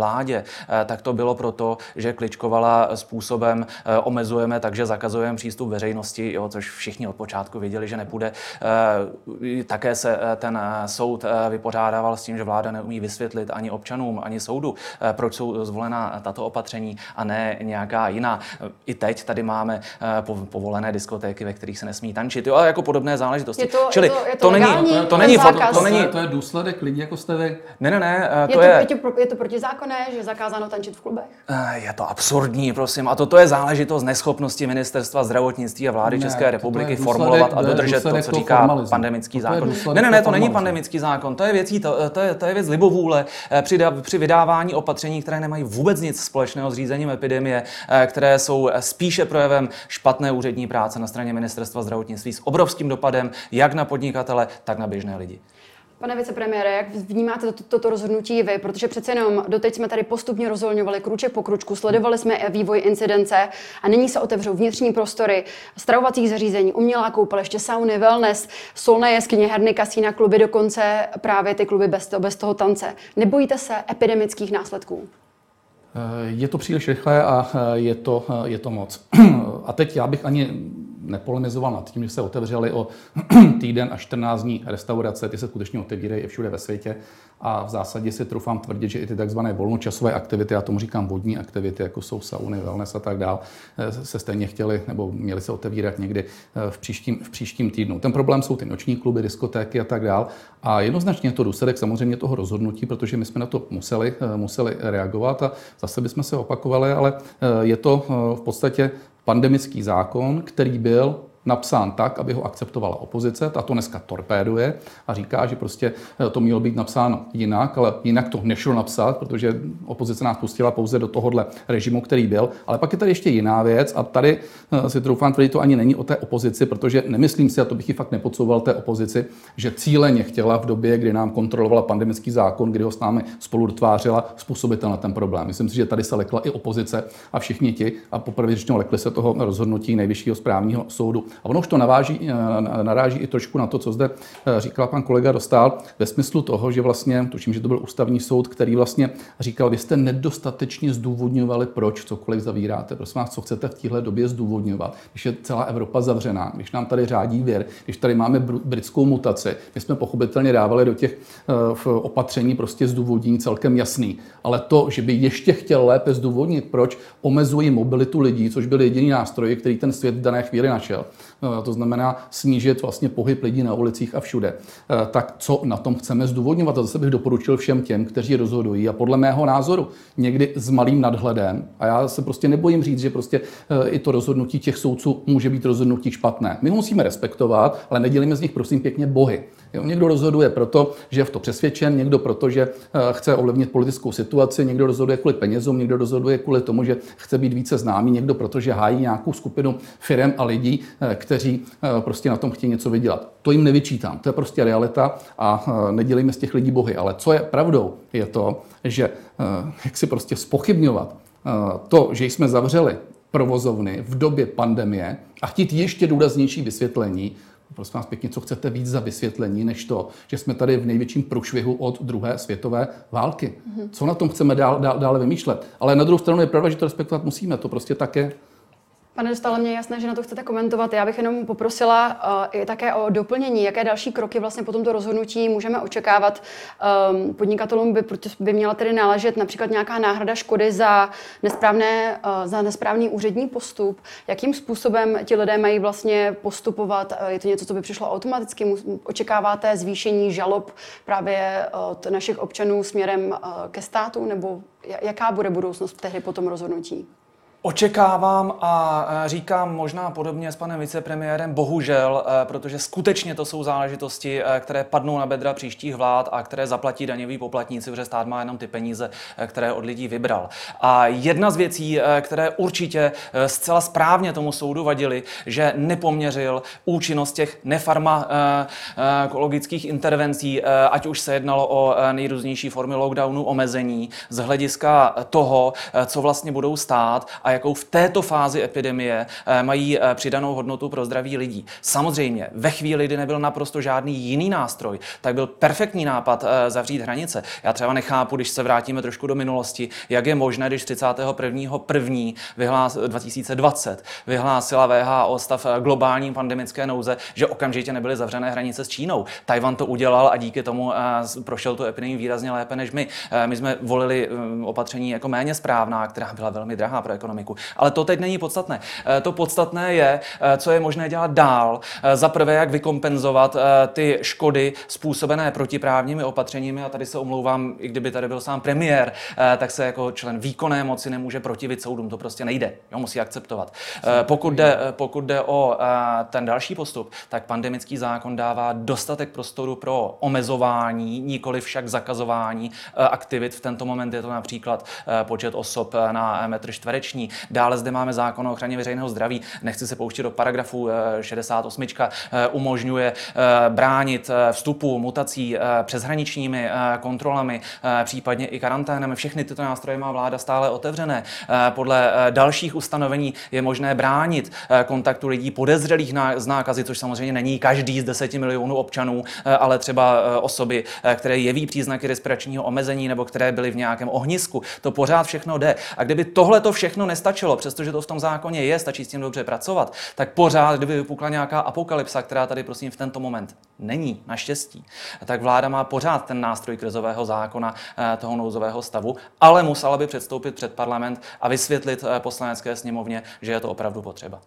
tak to bylo proto, že kličkovala způsobem omezujeme, takže zakazujeme přístup veřejnosti, jo, což všichni od počátku věděli, že nepůjde. Také se ten soud vypořádával s tím, že vláda neumí vysvětlit ani občanům, ani soudu, proč jsou zvolena tato opatření a ne nějaká jiná. I teď tady máme povolené diskotéky, ve kterých se nesmí tančit, jo, a jako podobné záležitosti. Je to, Čili je to, je to, to, není, legální, to, není, zákaz. To, není, to je důsledek lidí, jako jste vy. Ne, ne, ne. To je, je... To, je to protizákonné, že je zakázáno tančit v klubech? Je to absurdní, prosím. A toto je záležitost neschopnosti Ministerstva zdravotnictví a vlády ne, České republiky formulovat a dodržet to, co říká formalism. Pandemický zákon. Ne, ne, ne, to není pandemický zákon. To je, věcí, to, to je, to je věc libovůle při, při vydávání opatření, které nemají vůbec nic společného s řízením epidemie, které jsou spíše projevem špatné úřední práce na straně Ministerstva zdravotnictví s obrovským dopadem jak na podnikatele, tak na běžné lidi. Pane vicepremiére, jak vnímáte toto, toto rozhodnutí vy? Protože přece jenom doteď jsme tady postupně rozvolňovali kruček po kručku, sledovali jsme vývoj incidence a nyní se otevřou vnitřní prostory stravovacích zařízení, umělá koupaliště, sauny, wellness, solné jeskyně, herny, kasína, kluby, dokonce právě ty kluby bez, to, bez toho tance. Nebojíte se epidemických následků? Je to příliš rychlé a je to, je to moc. A teď já bych ani nepolemizoval nad tím, že se otevřely o týden a čtrnáct dní restaurace, ty se skutečně otevírají i všude ve světě a v zásadě si trufám tvrdit, že i ty takzvané volnočasové aktivity, já tomu říkám vodní aktivity, jako jsou sauny, wellness a tak dál, se stejně chtěli nebo měli se otevírat někdy v příštím, v příštím týdnu. Ten problém jsou ty noční kluby, diskotéky a tak dál a jednoznačně je to důsledek samozřejmě toho rozhodnutí, protože my jsme na to museli, museli reagovat a zase bychom se opakovali, ale je to v podstatě pandemický zákon, který byl napsán tak, aby ho akceptovala opozice. Ta to dneska torpéduje a říká, že prostě to mělo být napsáno jinak, ale jinak to nešlo napsat, protože opozice nás pustila pouze do tohohle režimu, který byl. Ale pak je tady ještě jiná věc a tady si troufám tvrdit, to ani není o té opozici, protože nemyslím si, a to bych ji fakt nepodsouval té opozici, že cíleně chtěla v době, kdy nám kontrolovala pandemický zákon, kdy ho s námi spolu dotvářela, způsobit na ten problém. Myslím si, že tady se lekla i opozice a všichni ti a poprvé řečeno lekli se toho rozhodnutí Nejvyššího správního soudu. A ono už to naváží, naráží i trošku na to, co zde říkal pan kolega Dostál, ve smyslu toho, že vlastně, tuším, že to byl ústavní soud, který vlastně říkal, vy jste nedostatečně zdůvodňovali, proč cokoliv zavíráte. Prosím vás, co chcete v téhle době zdůvodňovat, když je celá Evropa zavřená, když nám tady řádí vir, když tady máme britskou mutaci. My jsme pochopitelně dávali do těch v opatření prostě zdůvodnění celkem jasný. Ale to, že by ještě chtěl lépe zdůvodnit, proč omezují mobilitu lidí, což byl jediný nástroj, který ten svět v dané chvíli našel, to znamená snížit vlastně pohyb lidí na ulicích a všude. Tak co na tom chceme zdůvodňovat? A zase bych doporučil všem těm, kteří rozhodují a podle mého názoru někdy s malým nadhledem. A já se prostě nebojím říct, že prostě i to rozhodnutí těch soudců může být rozhodnutí špatné. My ho musíme respektovat, ale nedělíme z nich prosím pěkně bohy. Jo, někdo rozhoduje proto, že je v to přesvědčen, někdo proto, že chce ovlivnit politickou situaci, někdo rozhoduje kvůli penězům, někdo rozhoduje kvůli tomu, že chce být více známý, někdo proto, že hájí nějakou skupinu firem a lidí, kteří prostě na tom chtějí něco vydělat. To jim nevyčítám, to je prostě realita a nedělejme z těch lidí bohy. Ale co je pravdou, je to, že jak si prostě zpochybňovat to, že jsme zavřeli provozovny v době pandemie a chtít ještě důraznější vysvětlení, prosím vás pěkně, co chcete víc za vysvětlení, než to, že jsme tady v největším průšvihu od druhé světové války. Co na tom chceme dál, dál, dále vymýšlet? Ale na druhou stranu je pravda, že to respektovat musíme, to prostě tak je. Pane Dostále, mě je jasné, že na to chcete komentovat. Já bych jenom poprosila uh, i také o doplnění, jaké další kroky vlastně po tomto rozhodnutí můžeme očekávat. Um, podnikatelům by, by měla tedy náležet například nějaká náhrada škody za, nesprávné, uh, za nesprávný úřední postup. Jakým způsobem ti lidé mají vlastně postupovat? Uh, je to něco, co by přišlo automaticky? Očekáváte zvýšení žalob právě od našich občanů směrem uh, ke státu? Nebo jaká bude budoucnost tehdy po tom rozhodnutí? Očekávám a říkám možná podobně s panem vicepremiérem, bohužel, protože skutečně to jsou záležitosti, které padnou na bedra příštích vlád a které zaplatí daňoví poplatníci, protože stát má jenom ty peníze, které od lidí vybral. A jedna z věcí, které určitě zcela správně tomu soudu vadily, že nepoměřil účinnost těch nefarmakologických intervencí, ať už se jednalo o nejrůznější formy lockdownu, omezení, z hlediska toho, co vlastně budou stát a jakou v této fázi epidemie mají přidanou hodnotu pro zdraví lidí. Samozřejmě, ve chvíli, kdy nebyl naprosto žádný jiný nástroj, tak byl perfektní nápad zavřít hranice. Já třeba nechápu, když se vrátíme trošku do minulosti, jak je možné, když třicátého prvního prvního vyhlás, dva tisíce dvacet vyhlásila W H O stav globální pandemické nouze, že okamžitě nebyly zavřené hranice s Čínou. Tajvan to udělal a díky tomu prošel tu epidemii výrazně lépe než my. My jsme volili opatření jako méně správná, která byla velmi drahá pro ekonomiku. Ale to teď není podstatné. To podstatné je, co je možné dělat dál. Za prvé, jak vykompenzovat ty škody způsobené protiprávními opatřeními. A tady se omlouvám, i kdyby tady byl sám premiér, tak se jako člen výkonné moci nemůže protivit soudům. To prostě nejde. Jo, musí akceptovat. Pokud jde, pokud jde o ten další postup, tak pandemický zákon dává dostatek prostoru pro omezování, nikoli však zakazování aktivit. V tento moment je to například počet osob na metr čtvereční. Dále zde máme zákon o ochraně veřejného zdraví. Nechci se pouštět do paragrafu šedesát osm. Umožňuje bránit vstupu mutací přeshraničními kontrolami, případně i karanténami. Všechny tyto nástroje má vláda stále otevřené. Podle dalších ustanovení je možné bránit kontaktu lidí podezřelých z nákazy, což samozřejmě není každý z deseti milionů občanů, ale třeba osoby, které jeví příznaky respiračního omezení nebo které byly v nějakém ohnisku. To pořád všechno jde. A kdyby tohle to všechno nestačilo, přestože to v tom zákoně je, stačí s tím dobře pracovat, tak pořád, kdyby vypukla nějaká apokalypsa, která tady prosím v tento moment není, naštěstí, tak vláda má pořád ten nástroj krizového zákona, toho nouzového stavu, ale musela by předstoupit před parlament a vysvětlit poslanecké sněmovně, že je to opravdu potřeba.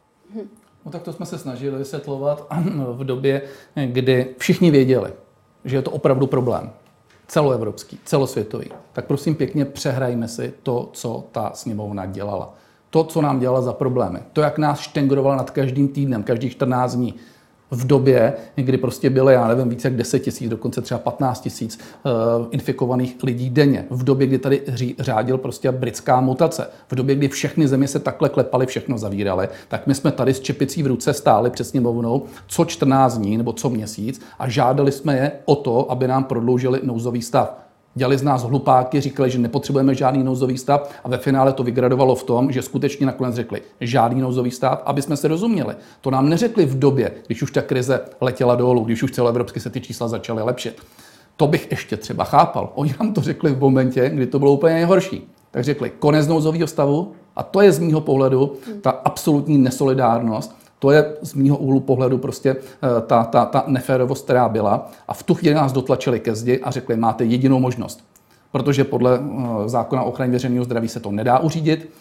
No tak to jsme se snažili vysvětlovat v době, kdy všichni věděli, že je to opravdu problém. Celoevropský, celosvětový. Tak prosím pěkně přehrajme si to, co ta sněmovna dělala. To, co nám dělala za problémy. To, jak nás štengrovala nad každým týdnem, každých čtrnáct dní. V době, kdy prostě bylo, já nevím, více jak deset tisíc, dokonce třeba patnáct tisíc uh, infikovaných lidí denně. V době, kdy tady ří, řádil prostě britská mutace. V době, kdy všechny země se takhle klepaly, všechno zavíraly, tak my jsme tady s čepicí v ruce stáli před sněmovnou co čtrnáct dní nebo co měsíc a žádali jsme je o to, aby nám prodloužili nouzový stav. Dělali z nás hlupáky, říkali, že nepotřebujeme žádný nouzový stav a ve finále to vygradovalo v tom, že skutečně nakonec řekli žádný nouzový stav, aby jsme se rozuměli. To nám neřekli v době, když už ta krize letěla dolů, když už celoevropsky se ty čísla začaly lepšit. To bych ještě třeba chápal. Oni nám to řekli v momentě, kdy to bylo úplně nejhorší. Tak řekli konec nouzového stavu a to je z mýho pohledu ta absolutní nesolidárnost. To je z mýho úhlu pohledu prostě ta, ta, ta neférovost, která byla. A v tu chvíli nás dotlačili ke zdi a řekli, máte jedinou možnost. Protože podle zákona o ochraně veřejného zdraví se to nedá uřídit,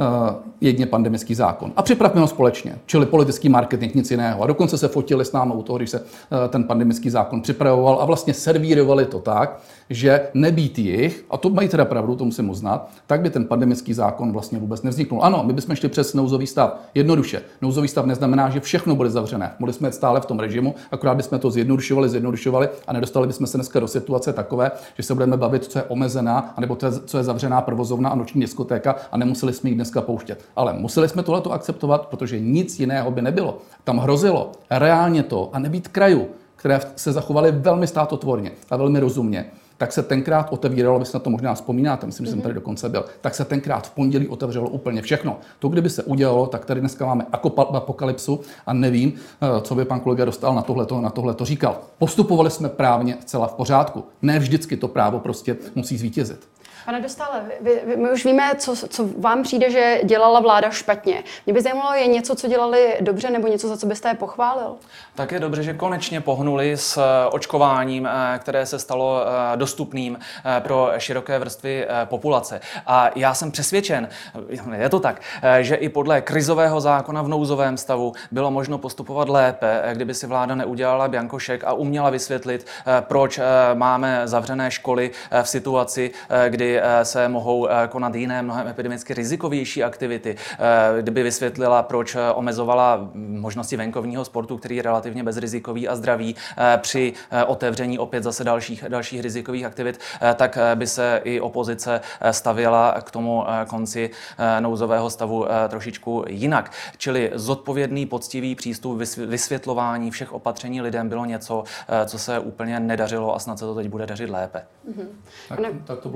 jedině pandemický zákon. A připravme ho společně, čili politický marketing, nic jiného. A dokonce se fotili s námi u toho, když se ten pandemický zákon připravoval a vlastně servírovali to tak, že nebýt jich, a to mají teda pravdu, to musím uznat, tak by ten pandemický zákon vlastně vůbec nevzniknul. Ano, my bychom šli přes nouzový stav. Jednoduše. Nouzový stav neznamená, že všechno bude zavřené. Mohli jsme jít stále v tom režimu, akorát bychom to zjednodušovali, zjednodušovali a nedostali bychom se dneska do situace takové, že se budeme bavit, co je omezená, anebo to je, co je zavřená provozovna a noční diskotéka a nemuseli jsme ji dneska pouštět. Ale museli jsme tohleto akceptovat, protože nic jiného by nebylo. Tam hrozilo reálně to a nebýt krajů, které se zachovaly velmi státotvorně a velmi rozumně. Tak se tenkrát otevíralo, vy si na to možná vzpomínáte, myslím, že jsem tady dokonce byl, tak se tenkrát v pondělí otevřelo úplně všechno. To, kdyby se udělalo, tak tady dneska máme apokalypsu a nevím, co by pan kolega Dostál na tohleto, na tohleto říkal. Postupovali jsme právně zcela v pořádku. Ne vždycky to právo prostě musí zvítězit. Pane Dostále, vy, vy, my už víme, co, co vám přijde, že dělala vláda špatně. Mě by zajímalo, je něco, co dělali dobře, nebo něco, za co byste je pochválil? Tak je dobře, že konečně pohnuli s očkováním, které se stalo dostupným pro široké vrstvy populace. A já jsem přesvědčen, je to tak, že i podle krizového zákona v nouzovém stavu bylo možno postupovat lépe, kdyby si vláda neudělala biankošek a uměla vysvětlit, proč máme zavřené školy v situaci, kdy se mohou konat jiné, mnohem epidemicky rizikovější aktivity. Kdyby vysvětlila, proč omezovala možnosti venkovního sportu, který je relativně bezrizikový a zdravý, při otevření opět zase dalších, dalších rizikových aktivit, tak by se i opozice stavěla k tomu konci nouzového stavu trošičku jinak. Čili zodpovědný, poctivý přístup, vysvětlování všech opatření lidem bylo něco, co se úplně nedařilo a snad se to teď bude dařit lépe. Mm-hmm. Tak, tak to bylo to pochválení.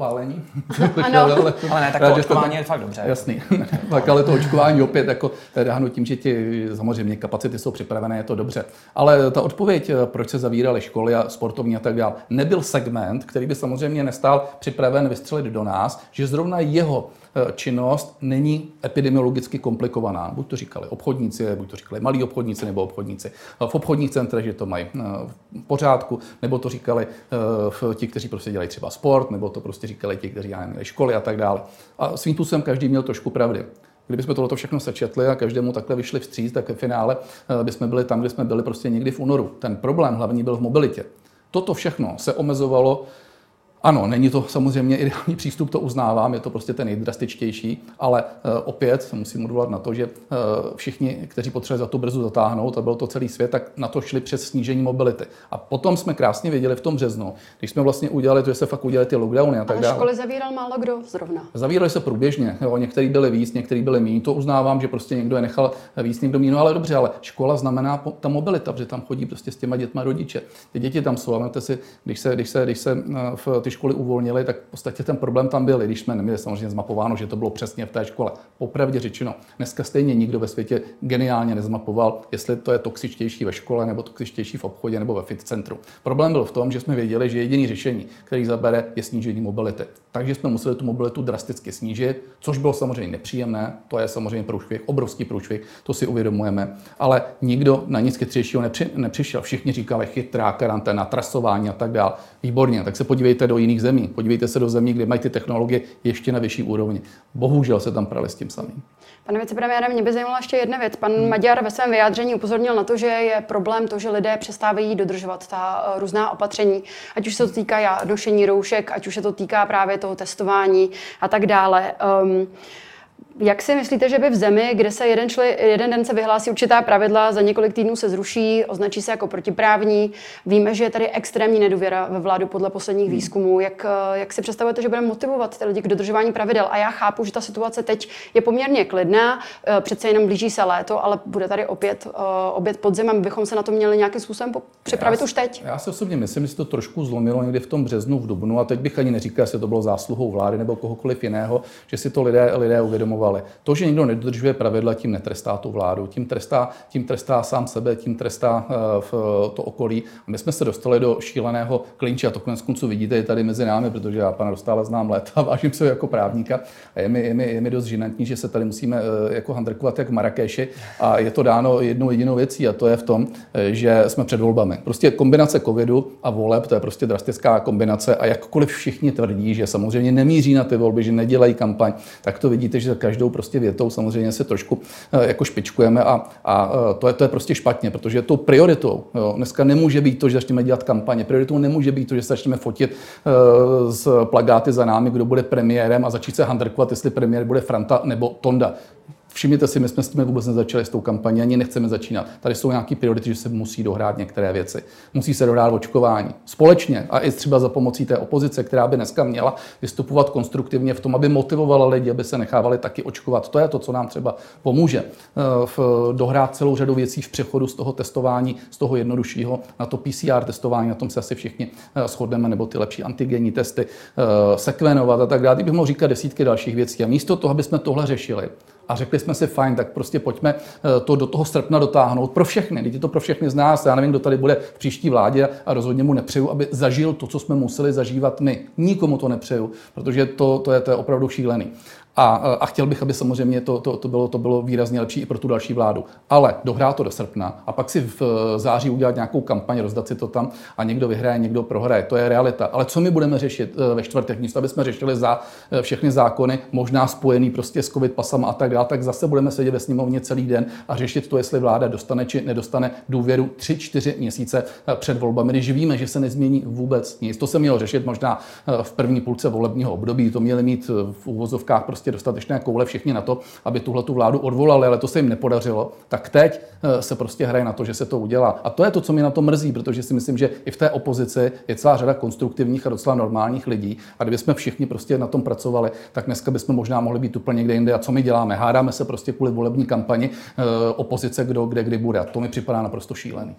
opálení. Ano, ale, ale ne, tak to očkování je fakt dobře. Jasný. Tak ale to očkování opět jako dáno tím, že ti samozřejmě kapacity jsou připravené, je to dobře. Ale ta odpověď, proč se zavíraly školy a sportovní a tak dále, nebyl segment, který by samozřejmě nestál připraven vystřelit do nás, že zrovna jeho činnost není epidemiologicky komplikovaná. Buď to říkali obchodníci, buď to říkali malí obchodníci nebo obchodníci v obchodních centrech, že to mají v pořádku, nebo to říkali ti, kteří prostě dělají třeba sport, nebo to prostě říkali ti, kteří měli školy a tak dále. A svým způsobem každý měl trošku pravdy. Kdybychom tohleto všechno sečetli a každému takhle vyšli vstříc, tak v finále bychom byli tam, kde jsme byli prostě někdy v únoru. Ten problém hlavní byl v mobilitě. Toto všechno se omezovalo. Ano, není to samozřejmě ideální přístup, to uznávám, je to prostě ten nejdrastičtější, ale e, opět se musím odvolat na to, že e, všichni, kteří potřebovali za tu brzu zatáhnout, a byl to celý svět, tak na to šli přes snížení mobility. A potom jsme krásně věděli v tom březnu, když jsme vlastně udělali to, že se fakt udělali ty lockdowny a tak dále. Ale školy zavíral málo kdo zrovna. Zavírali se průběžně, jo, některý byli víc, některý byli méně. To uznávám, že prostě někdo je nechal víc, někdo méně, no ale dobře, ale škola znamená ta mobilita, protože tam chodí prostě s těma dětma rodiče. Ty děti tam jsou, a si, když se, když se, když se v ty školy uvolnili, tak v podstatě ten problém tam byl, když jsme neměli samozřejmě zmapováno, že to bylo přesně v té škole. Popravdě řečeno, dneska stejně nikdo ve světě geniálně nezmapoval, jestli to je toxičtější ve škole, nebo toxičtější v obchodě, nebo ve fit centru. Problém byl v tom, že jsme věděli, že jediný řešení, který zabere, je snížení mobility. Takže jsme museli tu mobilitu drasticky snížit, což bylo samozřejmě nepříjemné, to je samozřejmě průšvih, obrovský průšvih, to si uvědomujeme, ale nikdo na nic chytřejšího nepři, nepřišel. Všichni říkali chytrá karanténa, trasování a tak dále. Výborně, tak se podívejte do jiných zemí. Podívejte se do zemí, kde mají ty technologie ještě na vyšší úrovni. Bohužel se tam prali s tím samým. Pane vicepremiére, mě by zajímala ještě jedna věc. Pan hmm. Maďar ve svém vyjádření upozornil na to, že je problém to, že lidé přestávají dodržovat ta různá opatření. Ať už se to týká nošení roušek, ať už se to týká právě toho testování a tak dále. Um, Jak si myslíte, že by v zemi, kde se jeden, čli, jeden den se vyhlásí určitá pravidla, za několik týdnů se zruší, označí se jako protiprávní, víme, že je tady extrémní nedůvěra ve vládu podle posledních výzkumů, jak, jak si představujete, že budeme motivovat ty lidi k dodržování pravidel? A já chápu, že ta situace teď je poměrně klidná, přece jenom blíží se léto, ale bude tady opět oběd podzim a my bychom se na to měli nějakým způsobem připravit já, už teď. Já si osobně myslím, že se to trošku zlomilo někdy v tom březnu, v dubnu, a teď bych ani neříkal, jestli to bylo zásluhou vlády nebo kohokoliv jiného, že si to lidé, lidé uvědomovali. To, že někdo nedodržuje pravidla, tím netrestá tu vládu, tím trestá, tím trestá sám sebe, tím trestá v to okolí. A my jsme se dostali do šíleného klinče a to konec konců vidíte i tady mezi námi, protože já pana Dostála znám léta a vážím se jako právníka a je mi, je mi, je mi dost žinantní, že se tady musíme jako handrkovat jak v Marrakeši a je to dáno jednou jedinou věcí a to je v tom, že jsme před volbami. Prostě kombinace covidu a voleb, to je prostě drastická kombinace a jakkoliv všichni tvrdí, že samozřejmě nemíří na ty volby, že nedělají kampaň, tak to vidíte, že za každou prostě větou samozřejmě se trošku jako špičkujeme a, a to, je, to je prostě špatně, protože tou prioritou jo, dneska nemůže být to, že začneme dělat kampaně, prioritou nemůže být to, že se začneme fotit uh, z plakáty za námi, kdo bude premiérem a začít se handrkovat, jestli premiér bude Franta nebo Tonda. Všimněte si, my jsme s tím vůbec nezačali s tou kampaní, ani nechceme začínat. Tady jsou nějaké priority, že se musí dohrát některé věci. Musí se dohrát očkování. Společně a i třeba za pomocí té opozice, která by dneska měla vystupovat konstruktivně v tom, aby motivovala lidi, aby se nechávali taky očkovat. To je to, co nám třeba pomůže v dohrát celou řadu věcí v přechodu z toho testování, z toho jednoduššího na to P C R testování, na tom se asi všichni shodneme, nebo ty lepší antigenní testy, sekvenovat a tak dále. Bych mohl říkat desítky dalších věcí. A místo toho, aby jsme tohle řešili, a řekli jsme si, fajn, tak prostě pojďme to do toho srpna dotáhnout pro všechny. Teď je to pro všechny z nás. Já nevím, kdo tady bude v příští vládě a rozhodně mu nepřeju, aby zažil to, co jsme museli zažívat my. Nikomu to nepřeju, protože to, to, je, to je opravdu šílený. A, a chtěl bych, aby samozřejmě to, to, to, bylo, to bylo výrazně lepší i pro tu další vládu. Ale dohrát to do srpna a pak si v září udělat nějakou kampaň, rozdat si to tam a někdo vyhraje, někdo prohraje. To je realita. Ale co my budeme řešit ve čtvrtek? Místo, aby jsme řešili za všechny zákony, možná spojený prostě s covid pasama a tak dále, tak zase budeme sedět ve sněmovně celý den a řešit to, jestli vláda dostane či nedostane důvěru tři, čtyři měsíce před volbami, když víme, že se nezmění vůbec nic. To se mělo řešit možná v první půlce volebního období. To měli mít v úvozovkách prostě dostatečné koule všichni na to, aby tuhletu vládu odvolali, ale to se jim nepodařilo. Tak teď se prostě hraje na to, že se to udělá. A to je to, co mě na to mrzí, protože si myslím, že i v té opozici je celá řada konstruktivních a docela normálních lidí. A kdybychom všichni prostě na tom pracovali, tak dneska bychom možná mohli být úplně někde jinde. A co my děláme? Hádáme se prostě kvůli volební kampani opozice, kdo kde kdy bude. A to mi připadá naprosto šílený.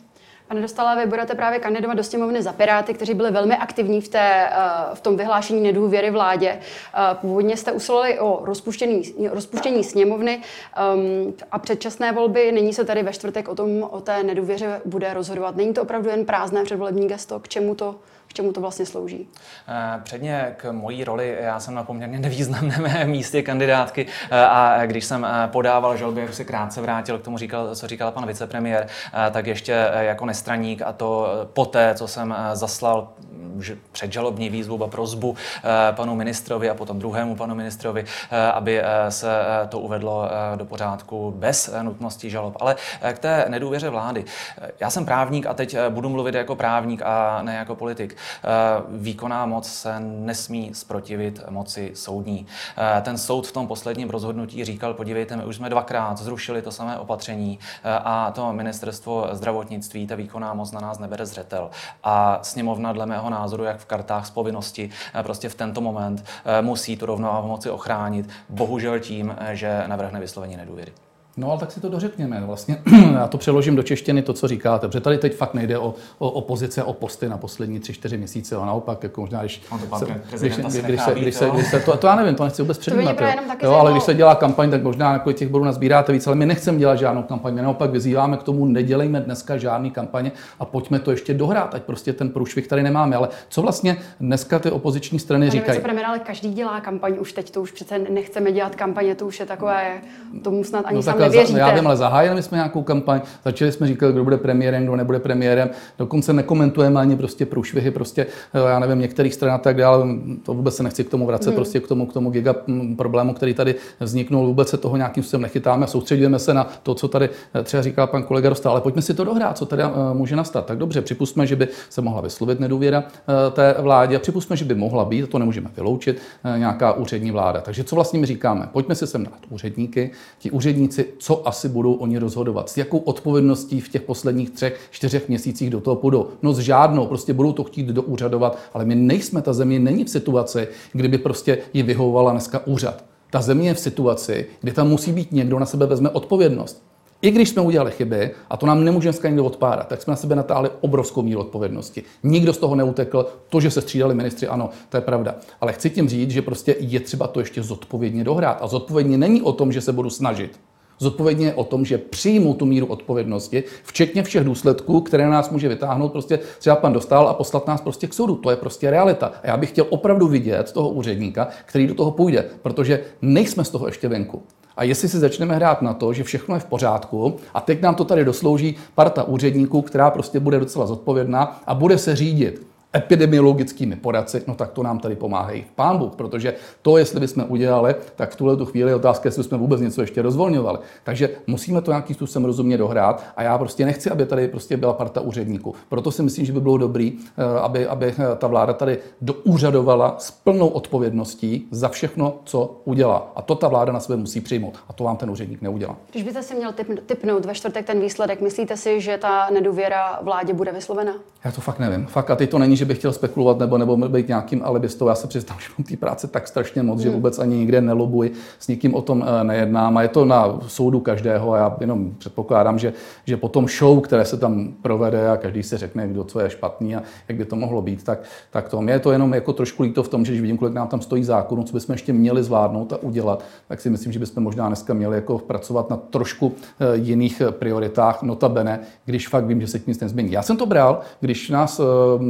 Pane Dostála, vy budete právě kandidovat do sněmovny za Piráty, kteří byli velmi aktivní v, té, v tom vyhlášení nedůvěry vládě. Původně jste usilovali o rozpuštění, rozpuštění sněmovny um, a předčasné volby. Nyní se tady ve čtvrtek o tom, o té nedůvěře bude rozhodovat. Není to opravdu jen prázdné předvolební gesto? K čemu to K čemu to vlastně slouží? Předně k mojí roli, já jsem na poměrně nevýznamném místě kandidátky a když jsem podával žaloby, jak se krátce vrátil k tomu, říkal, co říkal pan vicepremiér, tak ještě jako nestraník a to poté, co jsem zaslal předžalobní výzvu a prosbu panu ministrovi a potom druhému panu ministrovi, aby se to uvedlo do pořádku bez nutnosti žalob. Ale k té nedůvěře vlády. Já jsem právník a teď budu mluvit jako právník a ne jako politik. Výkonná moc se nesmí zprotivit moci soudní. Ten soud v tom posledním rozhodnutí říkal, podívejte, my už jsme dvakrát zrušili to samé opatření a to ministerstvo zdravotnictví, ta výkonná moc na nás nebere zřetel. A sněmovna dle mého názoru, jak v kartách z povinnosti, prostě v tento moment musí tu rovnováhu moci ochránit, bohužel tím, že navrhne vyslovení nedůvěry. No ale tak si to dořekněme. Vlastně já to přeložím do češtiny, to, co říkáte, protože tady teď fakt nejde o, o, o pozice, o posty na poslední tři, čtyři měsíce, a naopak, jako možná, když se, když, když, když se, když se, když se to, to já nevím, to nechci vůbec předjímat, jo, ale když se dělá kampaň, tak možná jako těch bodů nazbíráte víc, ale my nechceme dělat žádnou kampaň, my naopak vyzýváme k tomu, nedělejme dneska žádný kampaně a pojďme to ještě dohrát, ať prostě ten průšvih tady nemáme, ale co vlastně dneska ty opoziční strany Pane říkají? Vicepremiér, ale každý dělá kampaň, už teď to už přece nechceme dělat kampaně, to už je takové, tomu snad ani no, sám nevěříte. Já vím, ale zahájili jsme nějakou kampaň, začali jsme říkat, kdo bude premiérem, kdo nebude premiérem, dokonce nekomentujeme ani prostě průšvihy, prostě, já nevím, některých stran a tak dále, to vůbec se nechci k tomu vracet, hmm. prostě k tomu, k tomu giga problému, který tady vzniknul, vůbec se toho nějakým způsobem nechytáme a soustředujeme se na to, co tady třeba říkal pan kolega Dostál, ale pojďme si to dohrát, co tady může nastat. Tak dobře, připustme, že by se mohla vyslovit nedůvěra té vládě a připustme, že by mohla být, to nemůžeme vyloučit, nějaká úřední vláda. Takže co vlastně my říkáme? Pojďme si sem dát úředníky, ti úředníci, co asi budou oni rozhodovat, s jakou odpovědností v těch posledních třech, čtyřech měsících do toho půjdou. No s žádnou, prostě budou to chtít doúřadovat, ale my nejsme, ta země není v situaci, kdyby prostě ji vyhovovala dneska úřad. Ta země je v situaci, kdy tam musí být někdo, na sebe vezme odpovědnost. I když jsme udělali chyby, a to nám nemůže dneska někdo odpárat, tak jsme na sebe natáhli obrovskou míru odpovědnosti. Nikdo z toho neutekl, to, že se střídali ministři, ano, to je pravda. Ale chci tím říct, že prostě je třeba to ještě zodpovědně dohrát. A zodpovědně není o tom, že se budu snažit. Zodpovědně je o tom, že přijmu tu míru odpovědnosti, včetně všech důsledků, které nás může vytáhnout prostě třeba pan Dostál a poslat nás prostě k soudu. To je prostě realita. A já bych chtěl opravdu vidět toho úředníka, který do toho půjde, protože nejsme z toho ještě venku. A jestli si začneme hrát na to, že všechno je v pořádku a teď nám to tady doslouží parta úředníků, která prostě bude docela zodpovědná a bude se řídit epidemiologickými poradci, no tak to nám tady pomáhají v Pán Bůh, protože to, jestli bychom udělali, tak v tuhle tu chvíli je otázka, jestli jsme vůbec něco ještě rozvolňovali. Takže musíme to nějakým způsobem rozumně dohrát a já prostě nechci, aby tady prostě byla parta úředníků. Proto si myslím, že by bylo dobrý, aby, aby ta vláda tady doúřadovala s plnou odpovědností za všechno, co udělá. A to ta vláda na sebe musí přijmout. A to vám ten úředník neudělá. Když byste si měl typ, typnout ve čtvrtek ten výsledek, myslíte si, že ta nedůvěra vládě bude vyslovena? Já to fakt nevím. Fakt a teď to není, že bych chtěl spekulovat nebo, nebo být nějakým alibistou. Já se přiznám, že mám té práce tak strašně moc, hmm. že vůbec ani nikde nelobuji, s nikým o tom nejednám a je to na soudu každého a já jenom předpokládám, že, že po tom show, které se tam provede a každý si řekne, kdo co je špatný a jak by to mohlo být, tak, tak to mě je to jenom jako trošku líto v tom, že když vidím, kolik nám tam stojí zákonů, co bychom ještě měli zvládnout a udělat, tak si myslím, že bychom možná dneska měli jako pracovat na trošku jiných prioritách, notabene, když fakt vím, že se tím nic nezmění. Já jsem to bral, když nás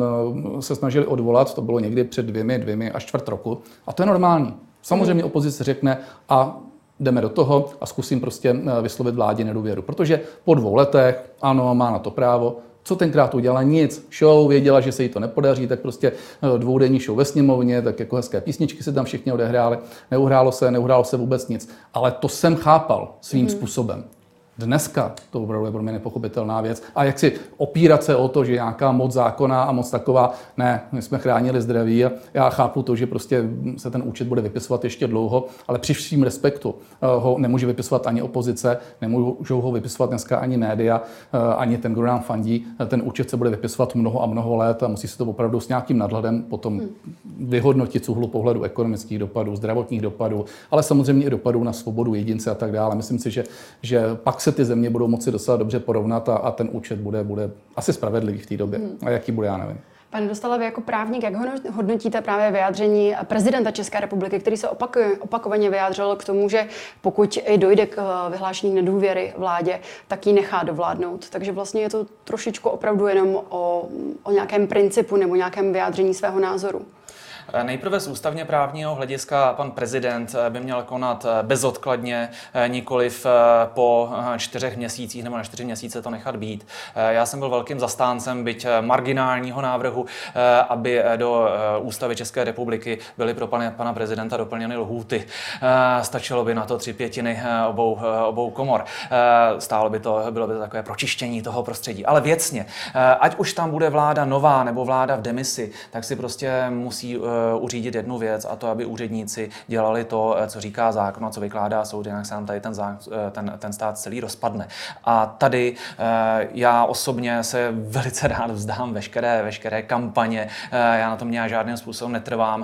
se snažili odvolat, to bylo někdy před dvěmi, dvěmi až čtvrt roku. A to je normální. Samozřejmě opozice řekne a jdeme do toho a zkusím prostě vyslovit vládě nedůvěru. Protože po dvou letech, ano, má na to právo, co tenkrát udělala? Nic. Show, věděla, že se jí to nepodaří, tak prostě dvoudenní show ve sněmovně, tak jako hezké písničky se tam všichni odehráli. Neuhrálo se, neuhrálo se vůbec nic. Ale to jsem chápal svým mm. způsobem. Dneska to opravdu je pro mě nepochopitelná věc. A jak si opírat se o to, že nějaká moc zákona a moc taková, ne, my jsme chránili zdraví a já chápu to, že prostě se ten účet bude vypisovat ještě dlouho, ale při vším respektu ho nemůže vypisovat ani opozice, nemůžou ho vypisovat dneska ani média, ani ten, kdo nám fandí. Ten účet se bude vypisovat mnoho a mnoho let a musí se to opravdu s nějakým nadhledem potom vyhodnotit z úhlu pohledu ekonomických dopadů, zdravotních dopadů, ale samozřejmě i dopadů na svobodu jedince a tak dále. Myslím si, že, že pak se se ty země budou moci docela dobře porovnat a, a ten účet bude, bude asi spravedlivý v té době. Hmm. A jaký bude, já nevím. Pane Dostála, vy jako právník, jak hodnotíte právě vyjádření prezidenta České republiky, který se opakuje, opakovaně vyjádřil k tomu, že pokud i dojde k vyhlášení nedůvěry vládě, tak ji nechá dovládnout. Takže vlastně je to trošičku opravdu jenom o, o nějakém principu nebo nějakém vyjádření svého názoru. Nejprve z ústavně právního hlediska pan prezident by měl konat bezodkladně, nikoliv po čtyřech měsících nebo na čtyři měsíce to nechat být. Já jsem byl velkým zastáncem, byť marginálního návrhu, aby do Ústavy České republiky byly pro pana, pana prezidenta doplněny lhůty. Stačilo by na to tři pětiny obou, obou komor. Stálo by to, bylo by to takové pročištění toho prostředí. Ale věcně, ať už tam bude vláda nová nebo vláda v demisi, tak si prostě musí uřídit jednu věc, a to, aby úředníci dělali to, co říká zákon a co vykládá soud, jinak se nám tady ten, ten, ten stát celý rozpadne. A tady já osobně se velice rád vzdám veškeré, veškeré kampaně, já na tom nějak žádným způsobem netrvám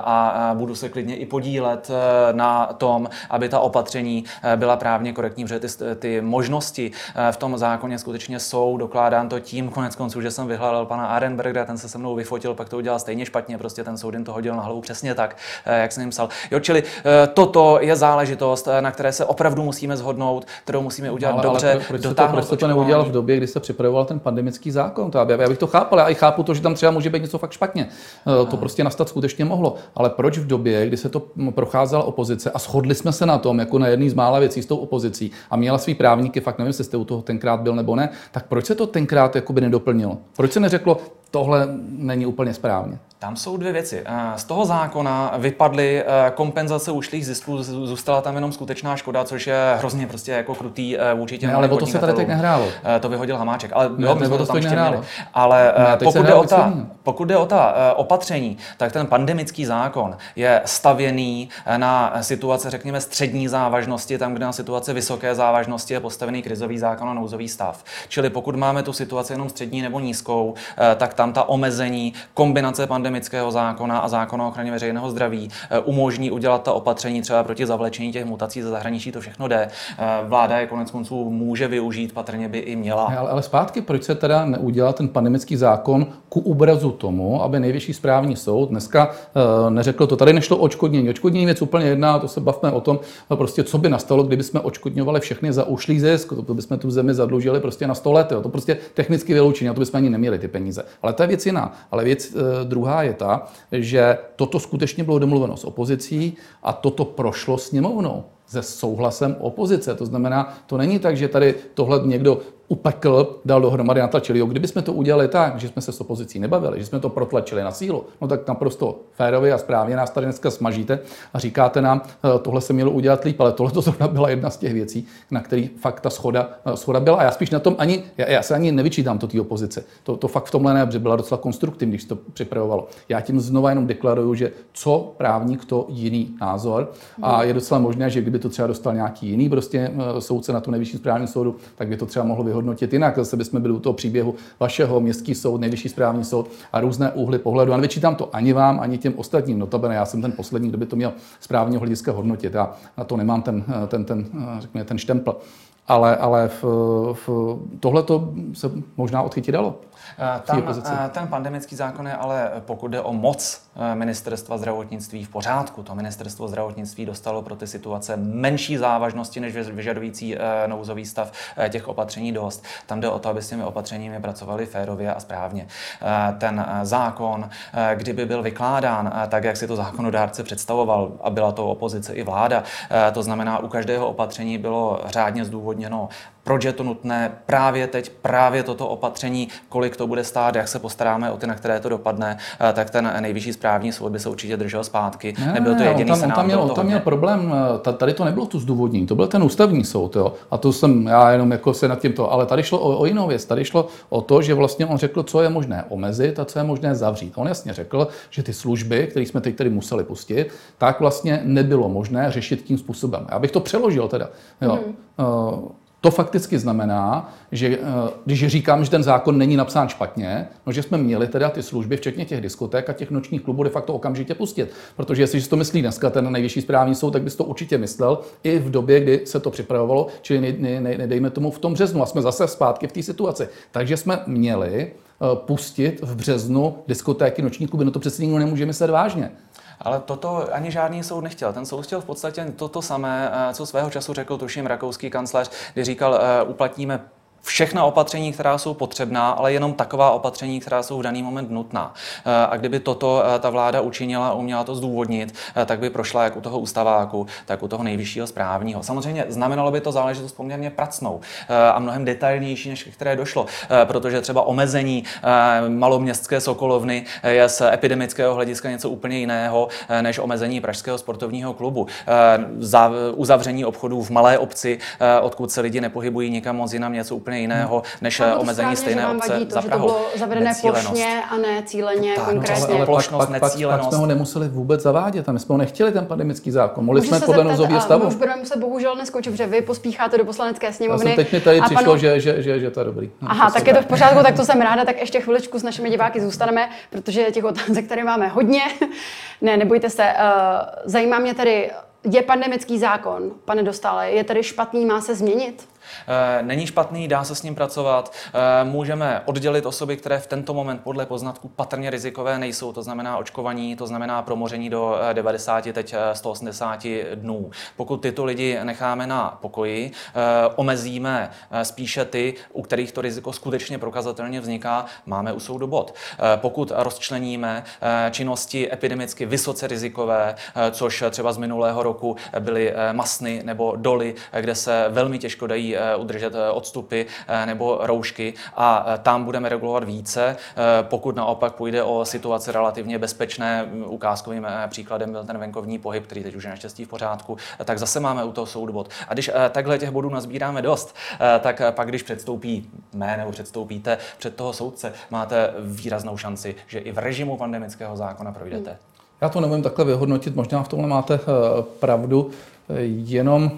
a budu se klidně i podílet na tom, aby ta opatření byla právně korektní, protože ty, ty možnosti v tom zákoně skutečně jsou, dokládám to tím konec konců, že jsem vyhledal pana Arenbergera, ten se se mnou vyfotil, pak to udělal stejně špatně, prostě ten soud to hodil na hlavu přesně tak, jak jsem jim psal. Jo, čili toto je záležitost, na které se opravdu musíme shodnout, kterou musíme udělat ale, dobře, ale proč dotáhnout. Proč jste to neudělal v době, kdy se připravoval ten pandemický zákon? To já, já bych to chápal, já i chápu to, že tam třeba může být něco fakt špatně. To prostě nastat skutečně mohlo. Ale proč v době, kdy se to procházela opozice a shodli jsme se na tom, jako na jedný z mála věcí s tou opozicí a měla svý právníky, fakt nevím, jestli jste u toho tenkrát byl nebo ne, tak proč se to tenkrát jakoby nedoplnilo? Proč se neřeklo, tohle není úplně správně? Tam jsou dvě věci. Z toho zákona vypadly kompenzace ušlých zisků, zůstala tam jenom skutečná škoda, což je hrozně prostě jako krutý vůči těm. Ne, ale o to se tady teď nehrálo. To vyhodil Hamáček, ale ne, jo, my jsme to tam ještě měli. Ale ne, pokud, jde o ta, pokud jde o ta opatření, tak ten pandemický zákon je stavěný na situace, řekněme, střední závažnosti, tam, kde na situace vysoké závažnosti je postavený krizový zákon a nouzový stav. Čili pokud máme tu situaci jenom střední nebo nízkou, tak tam ta omezení, kombinace pandemického zákona a zákona o ochraně veřejného zdraví umožní udělat ta opatření třeba proti zavlečení těch mutací ze zahraničí, to všechno jde. Vláda je konec konců může využít, patrně by i měla. Ale, ale zpátky, proč se teda neudělal ten pandemický zákon ku obrazu tomu, aby Nejvyšší správní soud dneska uh, neřekl, to tady nešlo o odškodnění. Odškodnění věc úplně jedná, to se bavme o tom, prostě co by nastalo, kdyby jsme odškodňovali všechny za ušlý zisk, to bychom tu zemi zadlužili prostě na sto let, jo. To prostě technicky vyloučení, a to bychom ani neměli ty peníze. Ale to je věc jiná. Ale věc uh, druhá je ta, že toto skutečně bylo domluveno s opozicí a toto prošlo sněmovnou se souhlasem opozice. To znamená, to není tak, že tady tohle někdo upekl, dal dohromady, natlačili. Jo, kdybychom to udělali tak, že jsme se s opozicí nebavili, že jsme to protlačili na sílu, no tak naprosto férově a správně nás tady dneska smažíte a říkáte nám, tohle se mělo udělat líp, ale tohle to zrovna byla jedna z těch věcí, na který fakt ta schoda, schoda byla. A já spíš na tom ani, já, já se ani nevyčítám to té opozice. To, to fakt v tomhle ne, protože byla docela konstruktivní, když to připravovalo. Já tím znova jenom deklaruju, že co právník, to jiný názor. A je docela možné, že kdyby to třeba dostal nějaký jiný prostě soudce na tom Nejvyšším správním soudu, tak by to třeba mohlo vyhodnotit jinak. Zase bychom byli u toho příběhu vašeho, městský soud, Nejvyšší správní soud a různé úhly pohledu. A nevyčítám to ani vám, ani těm ostatním. Notabene, já jsem ten poslední, kdo by to měl z právního hlediska hodnotit. Já na to nemám ten, ten, ten, řekněme, ten štempl. Ale, ale v, v, tohle to se možná odchytit dalo. Tam, ten pandemický zákon je ale, pokud jde o moc ministerstva zdravotnictví, v pořádku. To ministerstvo zdravotnictví dostalo pro ty situace menší závažnosti než vyžadující nouzový stav těch opatření dost. Tam jde o to, aby s těmi opatřeními pracovali férově a správně. Ten zákon, kdyby byl vykládán tak, jak si to zákonodárce představoval, a byla to opozice i vláda, to znamená, u každého opatření bylo řádně zdůvodněno, proč je to nutné právě teď, právě toto opatření, kolik to bude stát, jak se postaráme o ty, na které to dopadne, tak ten Nejvyšší správní soud by se určitě držel zpátky. Ne, Nebyl to jediný tam, senát. Tam měl, tam měl problém, tady to nebylo tu zdůvodnění, to byl ten ústavní soud, jo. A to jsem já jenom jako se nad tímto, ale tady šlo o, o jinou věc, tady šlo o to, že vlastně on řekl, co je možné omezit a co je možné zavřít. On jasně řekl, že ty služby, které jsme teď tady museli pustit, tak vlastně nebylo možné řešit tím způsobem. Já bych to přeložil teda. Jo. Hmm. Uh, To fakticky znamená, že když říkám, že ten zákon není napsán špatně, no, že jsme měli teda ty služby, včetně těch diskoték a těch nočních klubů, de facto okamžitě pustit. Protože jestliže to myslí dneska ten nejvyšší správní soud, tak bys to určitě myslel i v době, kdy se to připravovalo, čili ne, ne, ne, nedejme tomu v tom březnu. A jsme zase zpátky v té situaci. Takže jsme měli pustit v březnu diskotéky, noční kluby. No to přece nikdo nemůže myslet vážně. Ale toto ani žádný soud nechtěl. Ten soud chtěl v podstatě toto samé, co svého času řekl, tuším, rakouský kancléř, kdy říkal, uplatníme všechna opatření, která jsou potřebná, ale jenom taková opatření, která jsou v daný moment nutná. A kdyby toto ta vláda učinila a uměla to zdůvodnit, tak by prošla jak u toho ústaváku, tak u toho nejvyššího správního. Samozřejmě znamenalo by to záležitost poměrně pracnou a mnohem detailnější, než které došlo, protože třeba omezení maloměstské sokolovny je z epidemického hlediska něco úplně jiného, než omezení pražského sportovního klubu. Uzavření obchodů v malé obci, odkud se lidi nepohybují nikam moc jinam, něco úplně jiného, než omezení stejné obce za Prahou. To bylo zavedené plošně a ne cíleně, tak, konkrétně. No, ale plošnost, pak, pak, pak, pak jsme ho nemuseli vůbec zavádět a my jsme ho nechtěli, ten pandemický zákon. Mohli jsme podle nouzového stavu. Už budeme muset bohužel neskočit, protože vy pospícháte do poslanecké sněmovny. Teď mi tady přišlo, panu... že, že, že, že to je dobrý. No, Aha, tak je to v pořádku, tak to jsem ráda, tak ještě chviličku s našimi diváky zůstaneme, protože těch otázek tady máme hodně. Ne, nebojte se. Zajímá mě tady, je pandemický zákon, pane Dostále, je tady špatný, má se změnit? Není špatný, dá se s ním pracovat. Můžeme oddělit osoby, které v tento moment podle poznatků patrně rizikové nejsou, to znamená očkovaní, to znamená promoření do devadesáti, teď sto osmdesáti dnů. Pokud tyto lidi necháme na pokoji, omezíme spíše ty, u kterých to riziko skutečně prokazatelně vzniká, máme u soudu bod. Pokud rozčleníme činnosti epidemicky vysoce rizikové, což třeba z minulého roku byly masny nebo doly, kde se velmi těžko dají udržet odstupy nebo roušky a tam budeme regulovat více. Pokud naopak půjde o situaci relativně bezpečné, ukázkovým příkladem byl ten venkovní pohyb, který teď už je naštěstí v pořádku, tak zase máme u toho soudu bod. A když takhle těch bodů nazbíráme dost, tak pak, když předstoupí mé nebo předstoupíte před toho soudce, máte výraznou šanci, že i v režimu pandemického zákona projdete. Já to nevím takhle vyhodnotit, možná v tomhle máte pravdu, jenom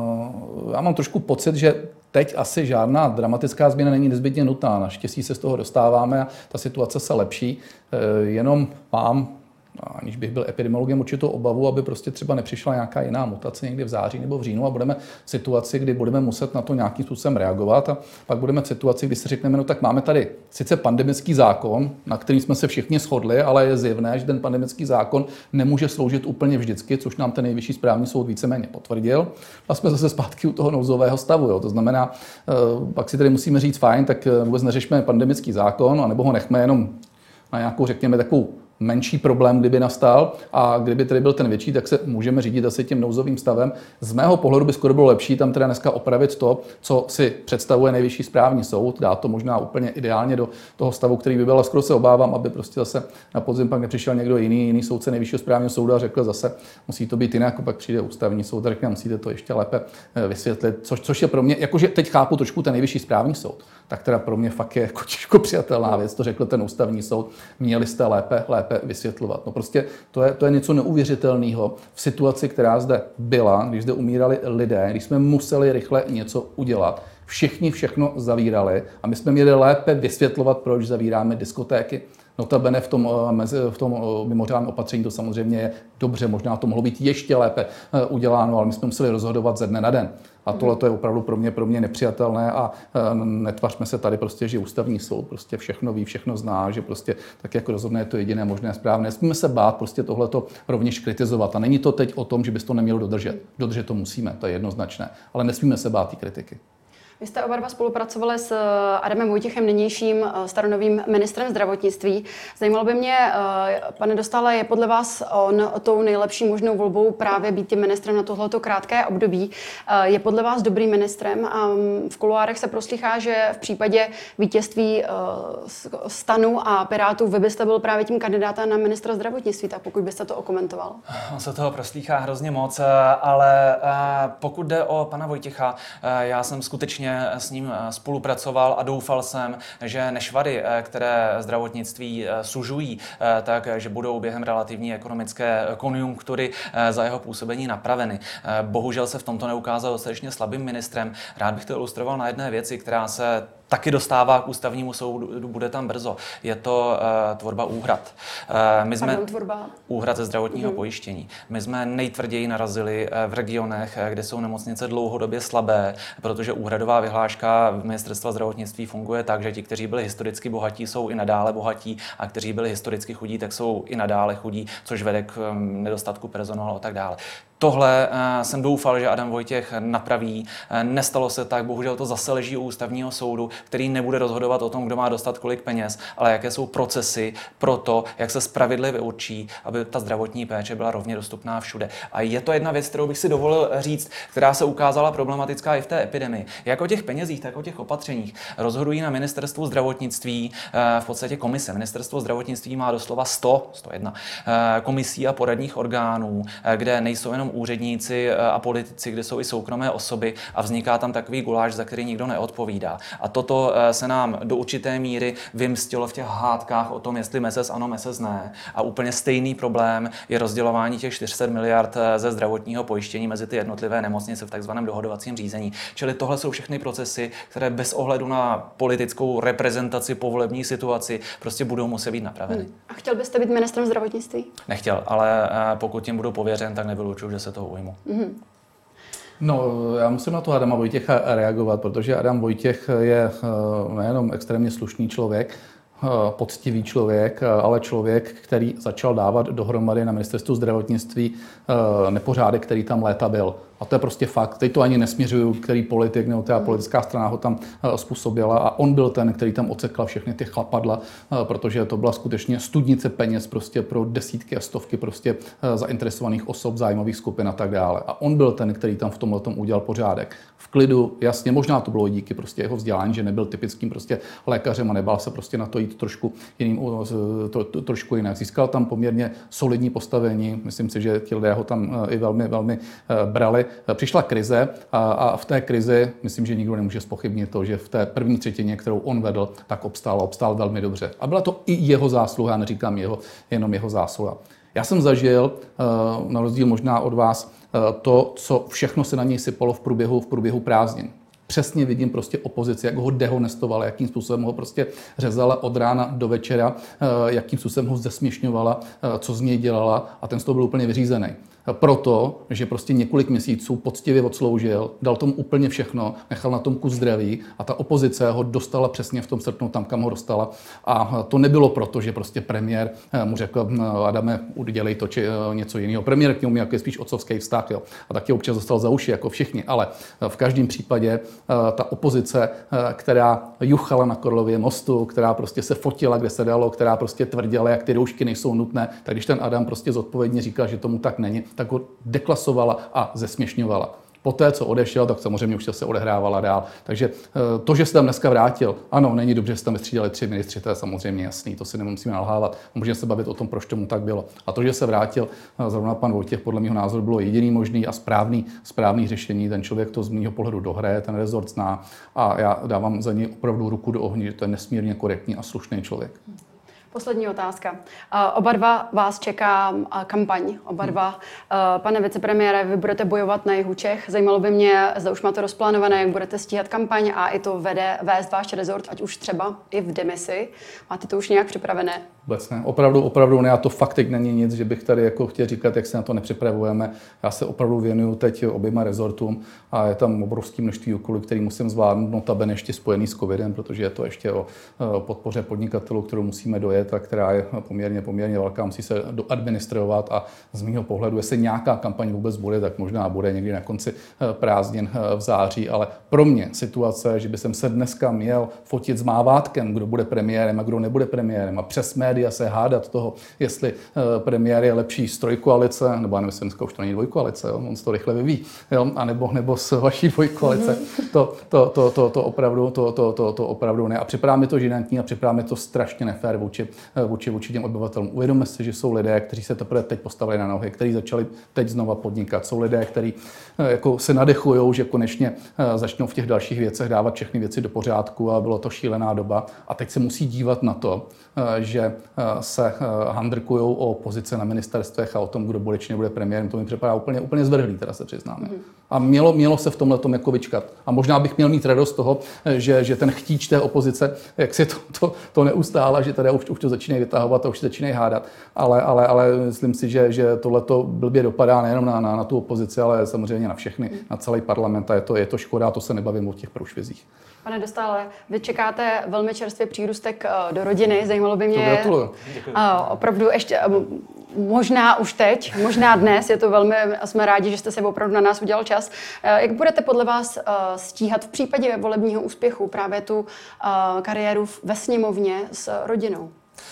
já mám trošku pocit, že teď asi žádná dramatická změna není nezbytně nutná. Naštěstí se z toho dostáváme a ta situace se lepší. Jenom mám, aniž bych byl epidemiologem, určitou obavu, aby prostě třeba nepřišla nějaká jiná mutace někdy v září nebo v říjnu a budeme v situaci, kdy budeme muset na to nějakým způsobem reagovat a pak budeme v situaci, kdy si řekneme, no tak máme tady sice pandemický zákon, na který jsme se všichni shodli, ale je zjevné, že ten pandemický zákon nemůže sloužit úplně vždycky, což nám ten nejvyšší správní soud víceméně potvrdil. A jsme zase zpátky u toho nouzového stavu. Jo. To znamená, pak si tady musíme říct, fajn, tak vůbec neřešme pandemický zákon, anebo ho nechme jenom na nějakou, řekněme, takovou menší problém, kdyby nastal a kdyby tedy byl ten větší, tak se můžeme řídit asi tím nouzovým stavem. Z mého pohledu by skoro bylo lepší tam teda dneska opravit to, co si představuje nejvyšší správní soud, dá to možná úplně ideálně do toho stavu, který by byl, ale skoro se obávám, aby prostě zase na podzim pak nepřišel někdo jiný, jiný soudce nejvyššího správního soudu a řekl zase, musí to být jinak, pak přijde ústavní soud a řekne, musíte to ještě lépe vysvětlit, což, což je pro mě, jakože teď chápu trošku ten nejvyšší správní soud, tak teda pro mě fakt je jako těžko přijatelná věc, to řekl ten ústavní soud, měli jste lépe, lépe vysvětlovat. No prostě to je, to je něco neuvěřitelného v situaci, která zde byla, když zde umírali lidé, když jsme museli rychle něco udělat. Všichni všechno zavírali a my jsme měli lépe vysvětlovat, proč zavíráme diskotéky. Notabene v tom, v tom mimořádném opatření to samozřejmě je dobře, možná to mohlo být ještě lépe uděláno, ale my jsme museli rozhodovat ze dne na den. A tohle to je opravdu pro mě, pro mě nepřijatelné a netvařme se tady prostě, že ústavní soud prostě všechno ví, všechno zná, že prostě tak jako rozhodne je to jediné možné správné. Nesmíme se bát prostě tohleto rovněž kritizovat. A není to teď o tom, že bys to neměl dodržet. Dodržet to musíme, to je jednoznačné, ale nesmíme se bát té kritiky. Vy jste oba dva spolupracovali s Adamem Vojtěchem, nynějším staronovým ministrem zdravotnictví. Zajímalo by mě, pane Dostále, je podle vás on tou nejlepší možnou volbou právě být tím ministrem na tohleto krátké období? Je podle vás dobrým ministrem? A v kuloárech se proslýchá, že v případě vítězství STANu a Pirátů vy byste byl právě tím kandidátem na ministra zdravotnictví, tak pokud byste to okomentoval. On se toho proslýchá hrozně moc, ale pokud jde o pana Vojtěcha, já jsem skutečně úspěšně s ním spolupracoval a doufal jsem, že nešvary, které zdravotnictví sužují, takže budou během relativní ekonomické konjunktury za jeho působení napraveny. Bohužel se v tomto neukázal dostatečně slabým ministrem. Rád bych to ilustroval na jedné věci, která se taky dostává k ústavnímu soudu, bude tam brzo. Je to uh, tvorba úhrad. Uh, my jsme Pardon, tvorba? Úhrad ze zdravotního hmm. pojištění. My jsme nejtvrději narazili uh, v regionech, kde jsou nemocnice dlouhodobě slabé, protože úhradová vyhláška ministerstva zdravotnictví funguje tak, že ti, kteří byli historicky bohatí, jsou i nadále bohatí a kteří byli historicky chudí, tak jsou i nadále chudí, což vede k um, nedostatku personálu a tak dále. Tohle uh, jsem doufal, že Adam Vojtěch napraví. Uh, nestalo se tak, bohužel to zase leží u ústavního soudu, který nebude rozhodovat o tom, kdo má dostat kolik peněz, ale jaké jsou procesy pro to, jak se spravedlivě určí, aby ta zdravotní péče byla rovně dostupná všude. A je to jedna věc, kterou bych si dovolil říct, která se ukázala problematická i v té epidemii. Jak o těch penězích, tak o těch opatřeních rozhodují na ministerstvu zdravotnictví uh, v podstatě komise. Ministerstvo zdravotnictví má doslova sto, sto jedna uh, komisí a poradních orgánů, uh, kde nejsou jenom úředníci a politici, kde jsou i soukromé osoby a vzniká tam takový guláš, za který nikdo neodpovídá. A toto se nám do určité míry vymstilo v těch hádkách o tom, jestli meses ano, meses ne. A úplně stejný problém je rozdělování těch čtyři sta miliard ze zdravotního pojištění mezi ty jednotlivé nemocnice v takzvaném dohodovacím řízení. Čili tohle jsou všechny procesy, které bez ohledu na politickou reprezentaci, povolební situaci prostě budou muset být napraveny. Hmm. A chtěl byste být ministrem zdravotnictví? Nechtěl, ale pokud tím budu pověřen, tak nevylučuju, že se toho ujmu. Mm-hmm. No, já musím na to Adama Vojtěcha reagovat, protože Adam Vojtěch je nejenom extrémně slušný člověk, poctivý člověk, ale člověk, který začal dávat dohromady na ministerstvu zdravotnictví nepořádek, který tam léta byl. A to je prostě fakt. Teď to ani nesměřuju, který politik nebo ta politická strana ho tam způsobila. A on byl ten, který tam ocekal všechny ty chlapadla, protože to byla skutečně studnice peněz prostě pro desítky a stovky prostě zainteresovaných osob, zájmových skupin a tak dále. A on byl ten, který tam v tomhle tom udělal pořádek. V klidu, jasně, možná to bylo díky prostě jeho vzdělání, že nebyl typickým prostě lékařem a nebál se prostě na to jít trošku jiným, to, to, trošku jinak. Získal tam poměrně solidní postavení. Myslím si, že ti lidé ho tam i velmi, velmi brali. Přišla krize a, a v té krizi, myslím, že nikdo nemůže zpochybnit to, že v té první třetině, kterou on vedl, tak obstál a obstál velmi dobře. A byla to i jeho zásluha, já neříkám jeho, jenom jeho zásluha. Já jsem zažil, na rozdíl možná od vás, to, co všechno se na něj sypalo v průběhu, v průběhu prázdnin. Přesně vidím prostě opozici, jak ho dehonestovala, jakým způsobem ho prostě řezala od rána do večera, jakým způsobem ho zesměšňovala, co z něj dělala a ten z toho byl úplně vyřízený. Proto, že prostě několik měsíců poctivě odsloužil, dal tomu úplně všechno, nechal na tom kus zdraví a ta opozice ho dostala přesně v tom srpnu tam, kam ho dostala. A to nebylo proto, že prostě premiér mu řekl, Adame, udělej to či něco jiného. Premiér k němu měl spíš otcovský vztah, jo. A taky občas dostal za uši, jako všichni. Ale v každém případě ta opozice, která juchala na Karlově mostu, která prostě se fotila, kde se dalo, která prostě tvrdila, jak ty roušky nejsou nutné, tak když ten Adam prostě zodpovědně říkal, že tomu tak není, tak ho deklasovala a zesměšňovala. Poté, co odešel, tak samozřejmě už se odehrávala dál. Takže to, že se tam dneska vrátil, ano, není dobře, že se tam vystřídali tři ministři, to je samozřejmě jasný, to si nemusíme nalhávat. Můžeme se bavit o tom, proč tomu tak bylo. A to, že se vrátil zrovna pan Vojtěch, podle mého názoru bylo jediný možný a správný, správný řešení. Ten člověk to z mého pohledu dohraje, ten rezort zná a já dávám za něj opravdu ruku do ohně, že to je nesmírně korektní a slušný člověk. Poslední otázka. Oba dva vás čeká kampaň. Oba dva. Pane vicepremiére, vy budete bojovat na jihu Čech. Zajímalo by mě, zda už máte rozplánované, jak budete stíhat kampaň a i to vede, vést váš rezort, ať už třeba i v demisi. Máte to už nějak připravené? Vůbec ne. Opravdu, opravdu ne. A to fakt teď není nic, že bych tady jako chtěl říkat, jak se na to nepřipravujeme. Já se opravdu věnuju teď oběma rezortům a je tam obrovské množství úkolů, který musím zvládnout, notabene ještě spojený s covidem, protože je to ještě o podpoře podnikatelů, kterou musíme dojet a která je poměrně, poměrně velká, musí se doadministrovat a z mého pohledu, jestli nějaká kampaň vůbec bude, tak možná bude někdy na konci prázdnin v září, ale pro mě situace, že by jsem se dneska měl fotit s mávátkem, kdo bude premiérem a kdo nebude premiérem a přes média se hádat toho, jestli premiér je lepší z trojkoalice, nebo já nevím, dneska už to není dvojkoalice, jo? On se to rychle vyvíjí, jo? A nebo, nebo z vaší dvojkoalice, to, to, to, to, to, opravdu, to, to, to, to opravdu ne. A připadá mi to žinantní a připadá mi to strašně nefér vůči vůči, vůči těm obyvatelům. Uvědomme si, že jsou lidé, kteří se teprve teď postavili na nohy, kteří začali teď znova podnikat. Jsou lidé, kteří jako se nadechují, že konečně začnou v těch dalších věcech dávat všechny věci do pořádku a bylo to šílená doba. A teď se musí dívat na to, že se handrkujou o pozice na ministerstvech a o tom, kdo bude či nebude premiérem. To mi připadá úplně, úplně zvrhlý, teda se přiznáme. Mm. A mělo, mělo se v tomhletom jako vyčkat. A možná bych měl mít radost toho, že, že ten chtíč té opozice, jak si to, to, to neustála, že teda už, už to začínají vytahovat a už se začínají hádat. Ale, ale, ale myslím si, že, že tohleto blbě dopadá nejenom na, na, na tu opozici, ale samozřejmě na všechny, mm. na celý parlament. A je to, je to škoda, a to se nebavím o těch průšvizích. Pane Dostále, vy čekáte velmi čerstvý přírůstek do rodiny. Zajímalo by mě opravdu ještě, možná už teď, možná dnes, je to velmi, jsme rádi, že jste se opravdu na nás udělal čas. Jak budete podle vás stíhat v případě volebního úspěchu právě tu kariéru ve sněmovně s rodinou?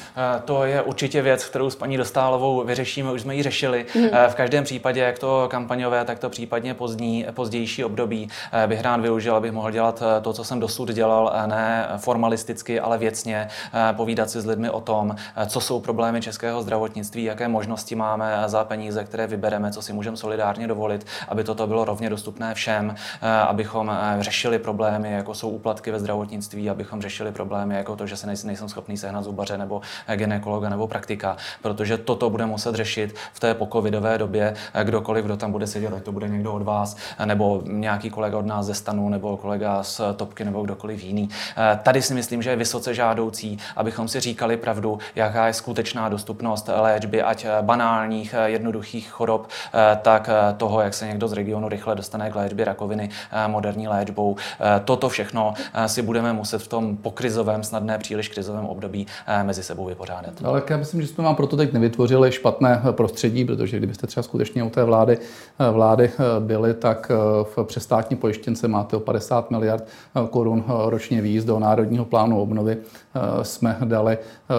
To je určitě věc, kterou s paní Dostálovou vyřešíme, už jsme ji řešili. Mm. V každém případě, jak to kampaňové, tak to případně pozdní, pozdější období bych rád využil, abych mohl dělat to, co jsem dosud dělal, ne formalisticky, ale věcně, povídat si s lidmi o tom, co jsou problémy českého zdravotnictví, jaké možnosti máme za peníze, které vybereme, co si můžeme solidárně dovolit, aby toto bylo rovně dostupné všem, abychom řešili problémy, jako jsou úplatky ve zdravotnictví, abychom řešili problémy, jako to, že se nejsem schopný sehnat zubaře nebo gynekologa nebo praktika, protože toto bude muset řešit v té pocovidové době kdokoliv, kdo tam bude sedět, ať to bude někdo od vás, nebo nějaký kolega od nás ze STANu, nebo kolega z Topky, nebo kdokoliv jiný. Tady si myslím, že je vysoce žádoucí, abychom si říkali pravdu, jaká je skutečná dostupnost léčby, ať banálních, jednoduchých chorob, tak toho, jak se někdo z regionu rychle dostane k léčbě rakoviny moderní léčbou. Toto všechno si budeme muset v tom pokrizovém, snad ne příliš krizovém období mezi sebou vypořádat. Ale já myslím, že jsme vám proto teď nevytvořili špatné prostředí, protože kdybyste třeba skutečně u té vlády, vlády byli, tak v přestátní pojištěnce máte o padesát miliard korun ročně víc. Do Národního plánu obnovy jsme dali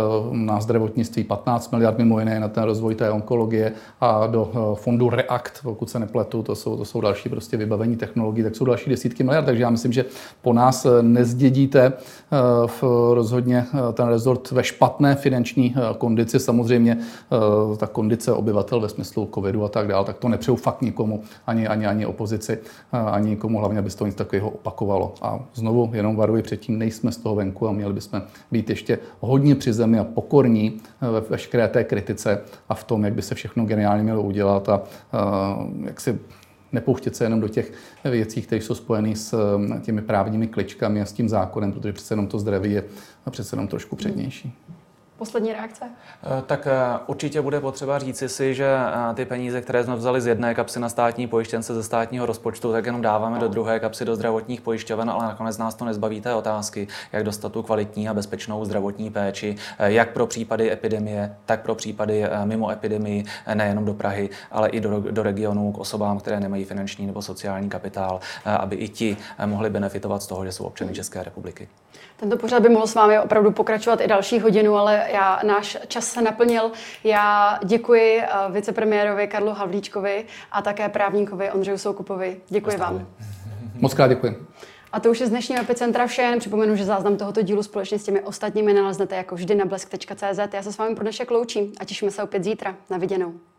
na zdravotnictví patnáct miliard, mimo jiné na ten rozvoj té onkologie, a do fondu REACT, pokud se nepletu, to jsou, to jsou další prostě vybavení technologií, tak jsou další desítky miliard, takže já myslím, že po nás nezdědíte v rozhodně ten rezort ve špatné finanční kondici. Samozřejmě ta kondice obyvatel ve smyslu covidu a tak dále, tak to nepřeju fakt nikomu, ani, ani, ani opozici, ani nikomu, hlavně, aby se to nic takového opakovalo. A znovu jenom varuji předtím, nejsme z toho venku a měli bychom být ještě hodně při zemi a pokorní ve veškeré té kritice a v tom, jak by se všechno geniálně mělo udělat a jak si nepouštět se jenom do těch věcí, které jsou spojené s těmi právními kličkami a s tím zákonem, protože přece jenom to zdraví je přece jenom trošku přednější. Poslední reakce? Tak určitě bude potřeba říci si, že ty peníze, které jsme vzali z jedné kapsy na státní pojištěnce ze státního rozpočtu, tak jenom dáváme do druhé kapsy do zdravotních pojišťoven, ale nakonec nás to nezbaví té otázky, jak dostat tu kvalitní a bezpečnou zdravotní péči, jak pro případy epidemie, tak pro případy mimo epidemii, nejenom do Prahy, ale i do, do regionů k osobám, které nemají finanční nebo sociální kapitál, aby i ti mohli benefitovat z toho, že jsou občany České republiky. Tento pořad by mohl s vámi opravdu pokračovat i další hodinu, ale já, náš čas se naplnil. Já děkuji vicepremiérovi Karlu Havlíčkovi a také právníkovi Ondřeju Soukupovi. Děkuji vám. Moc krát děkuji. A to už je z dnešního Epicentra vše. Jen připomenu, že záznam tohoto dílu společně s těmi ostatními naleznete jako vždy na blesk tečka cé zet. Já se s vámi pro dnešek loučím a těšíme se opět zítra. Na viděnou.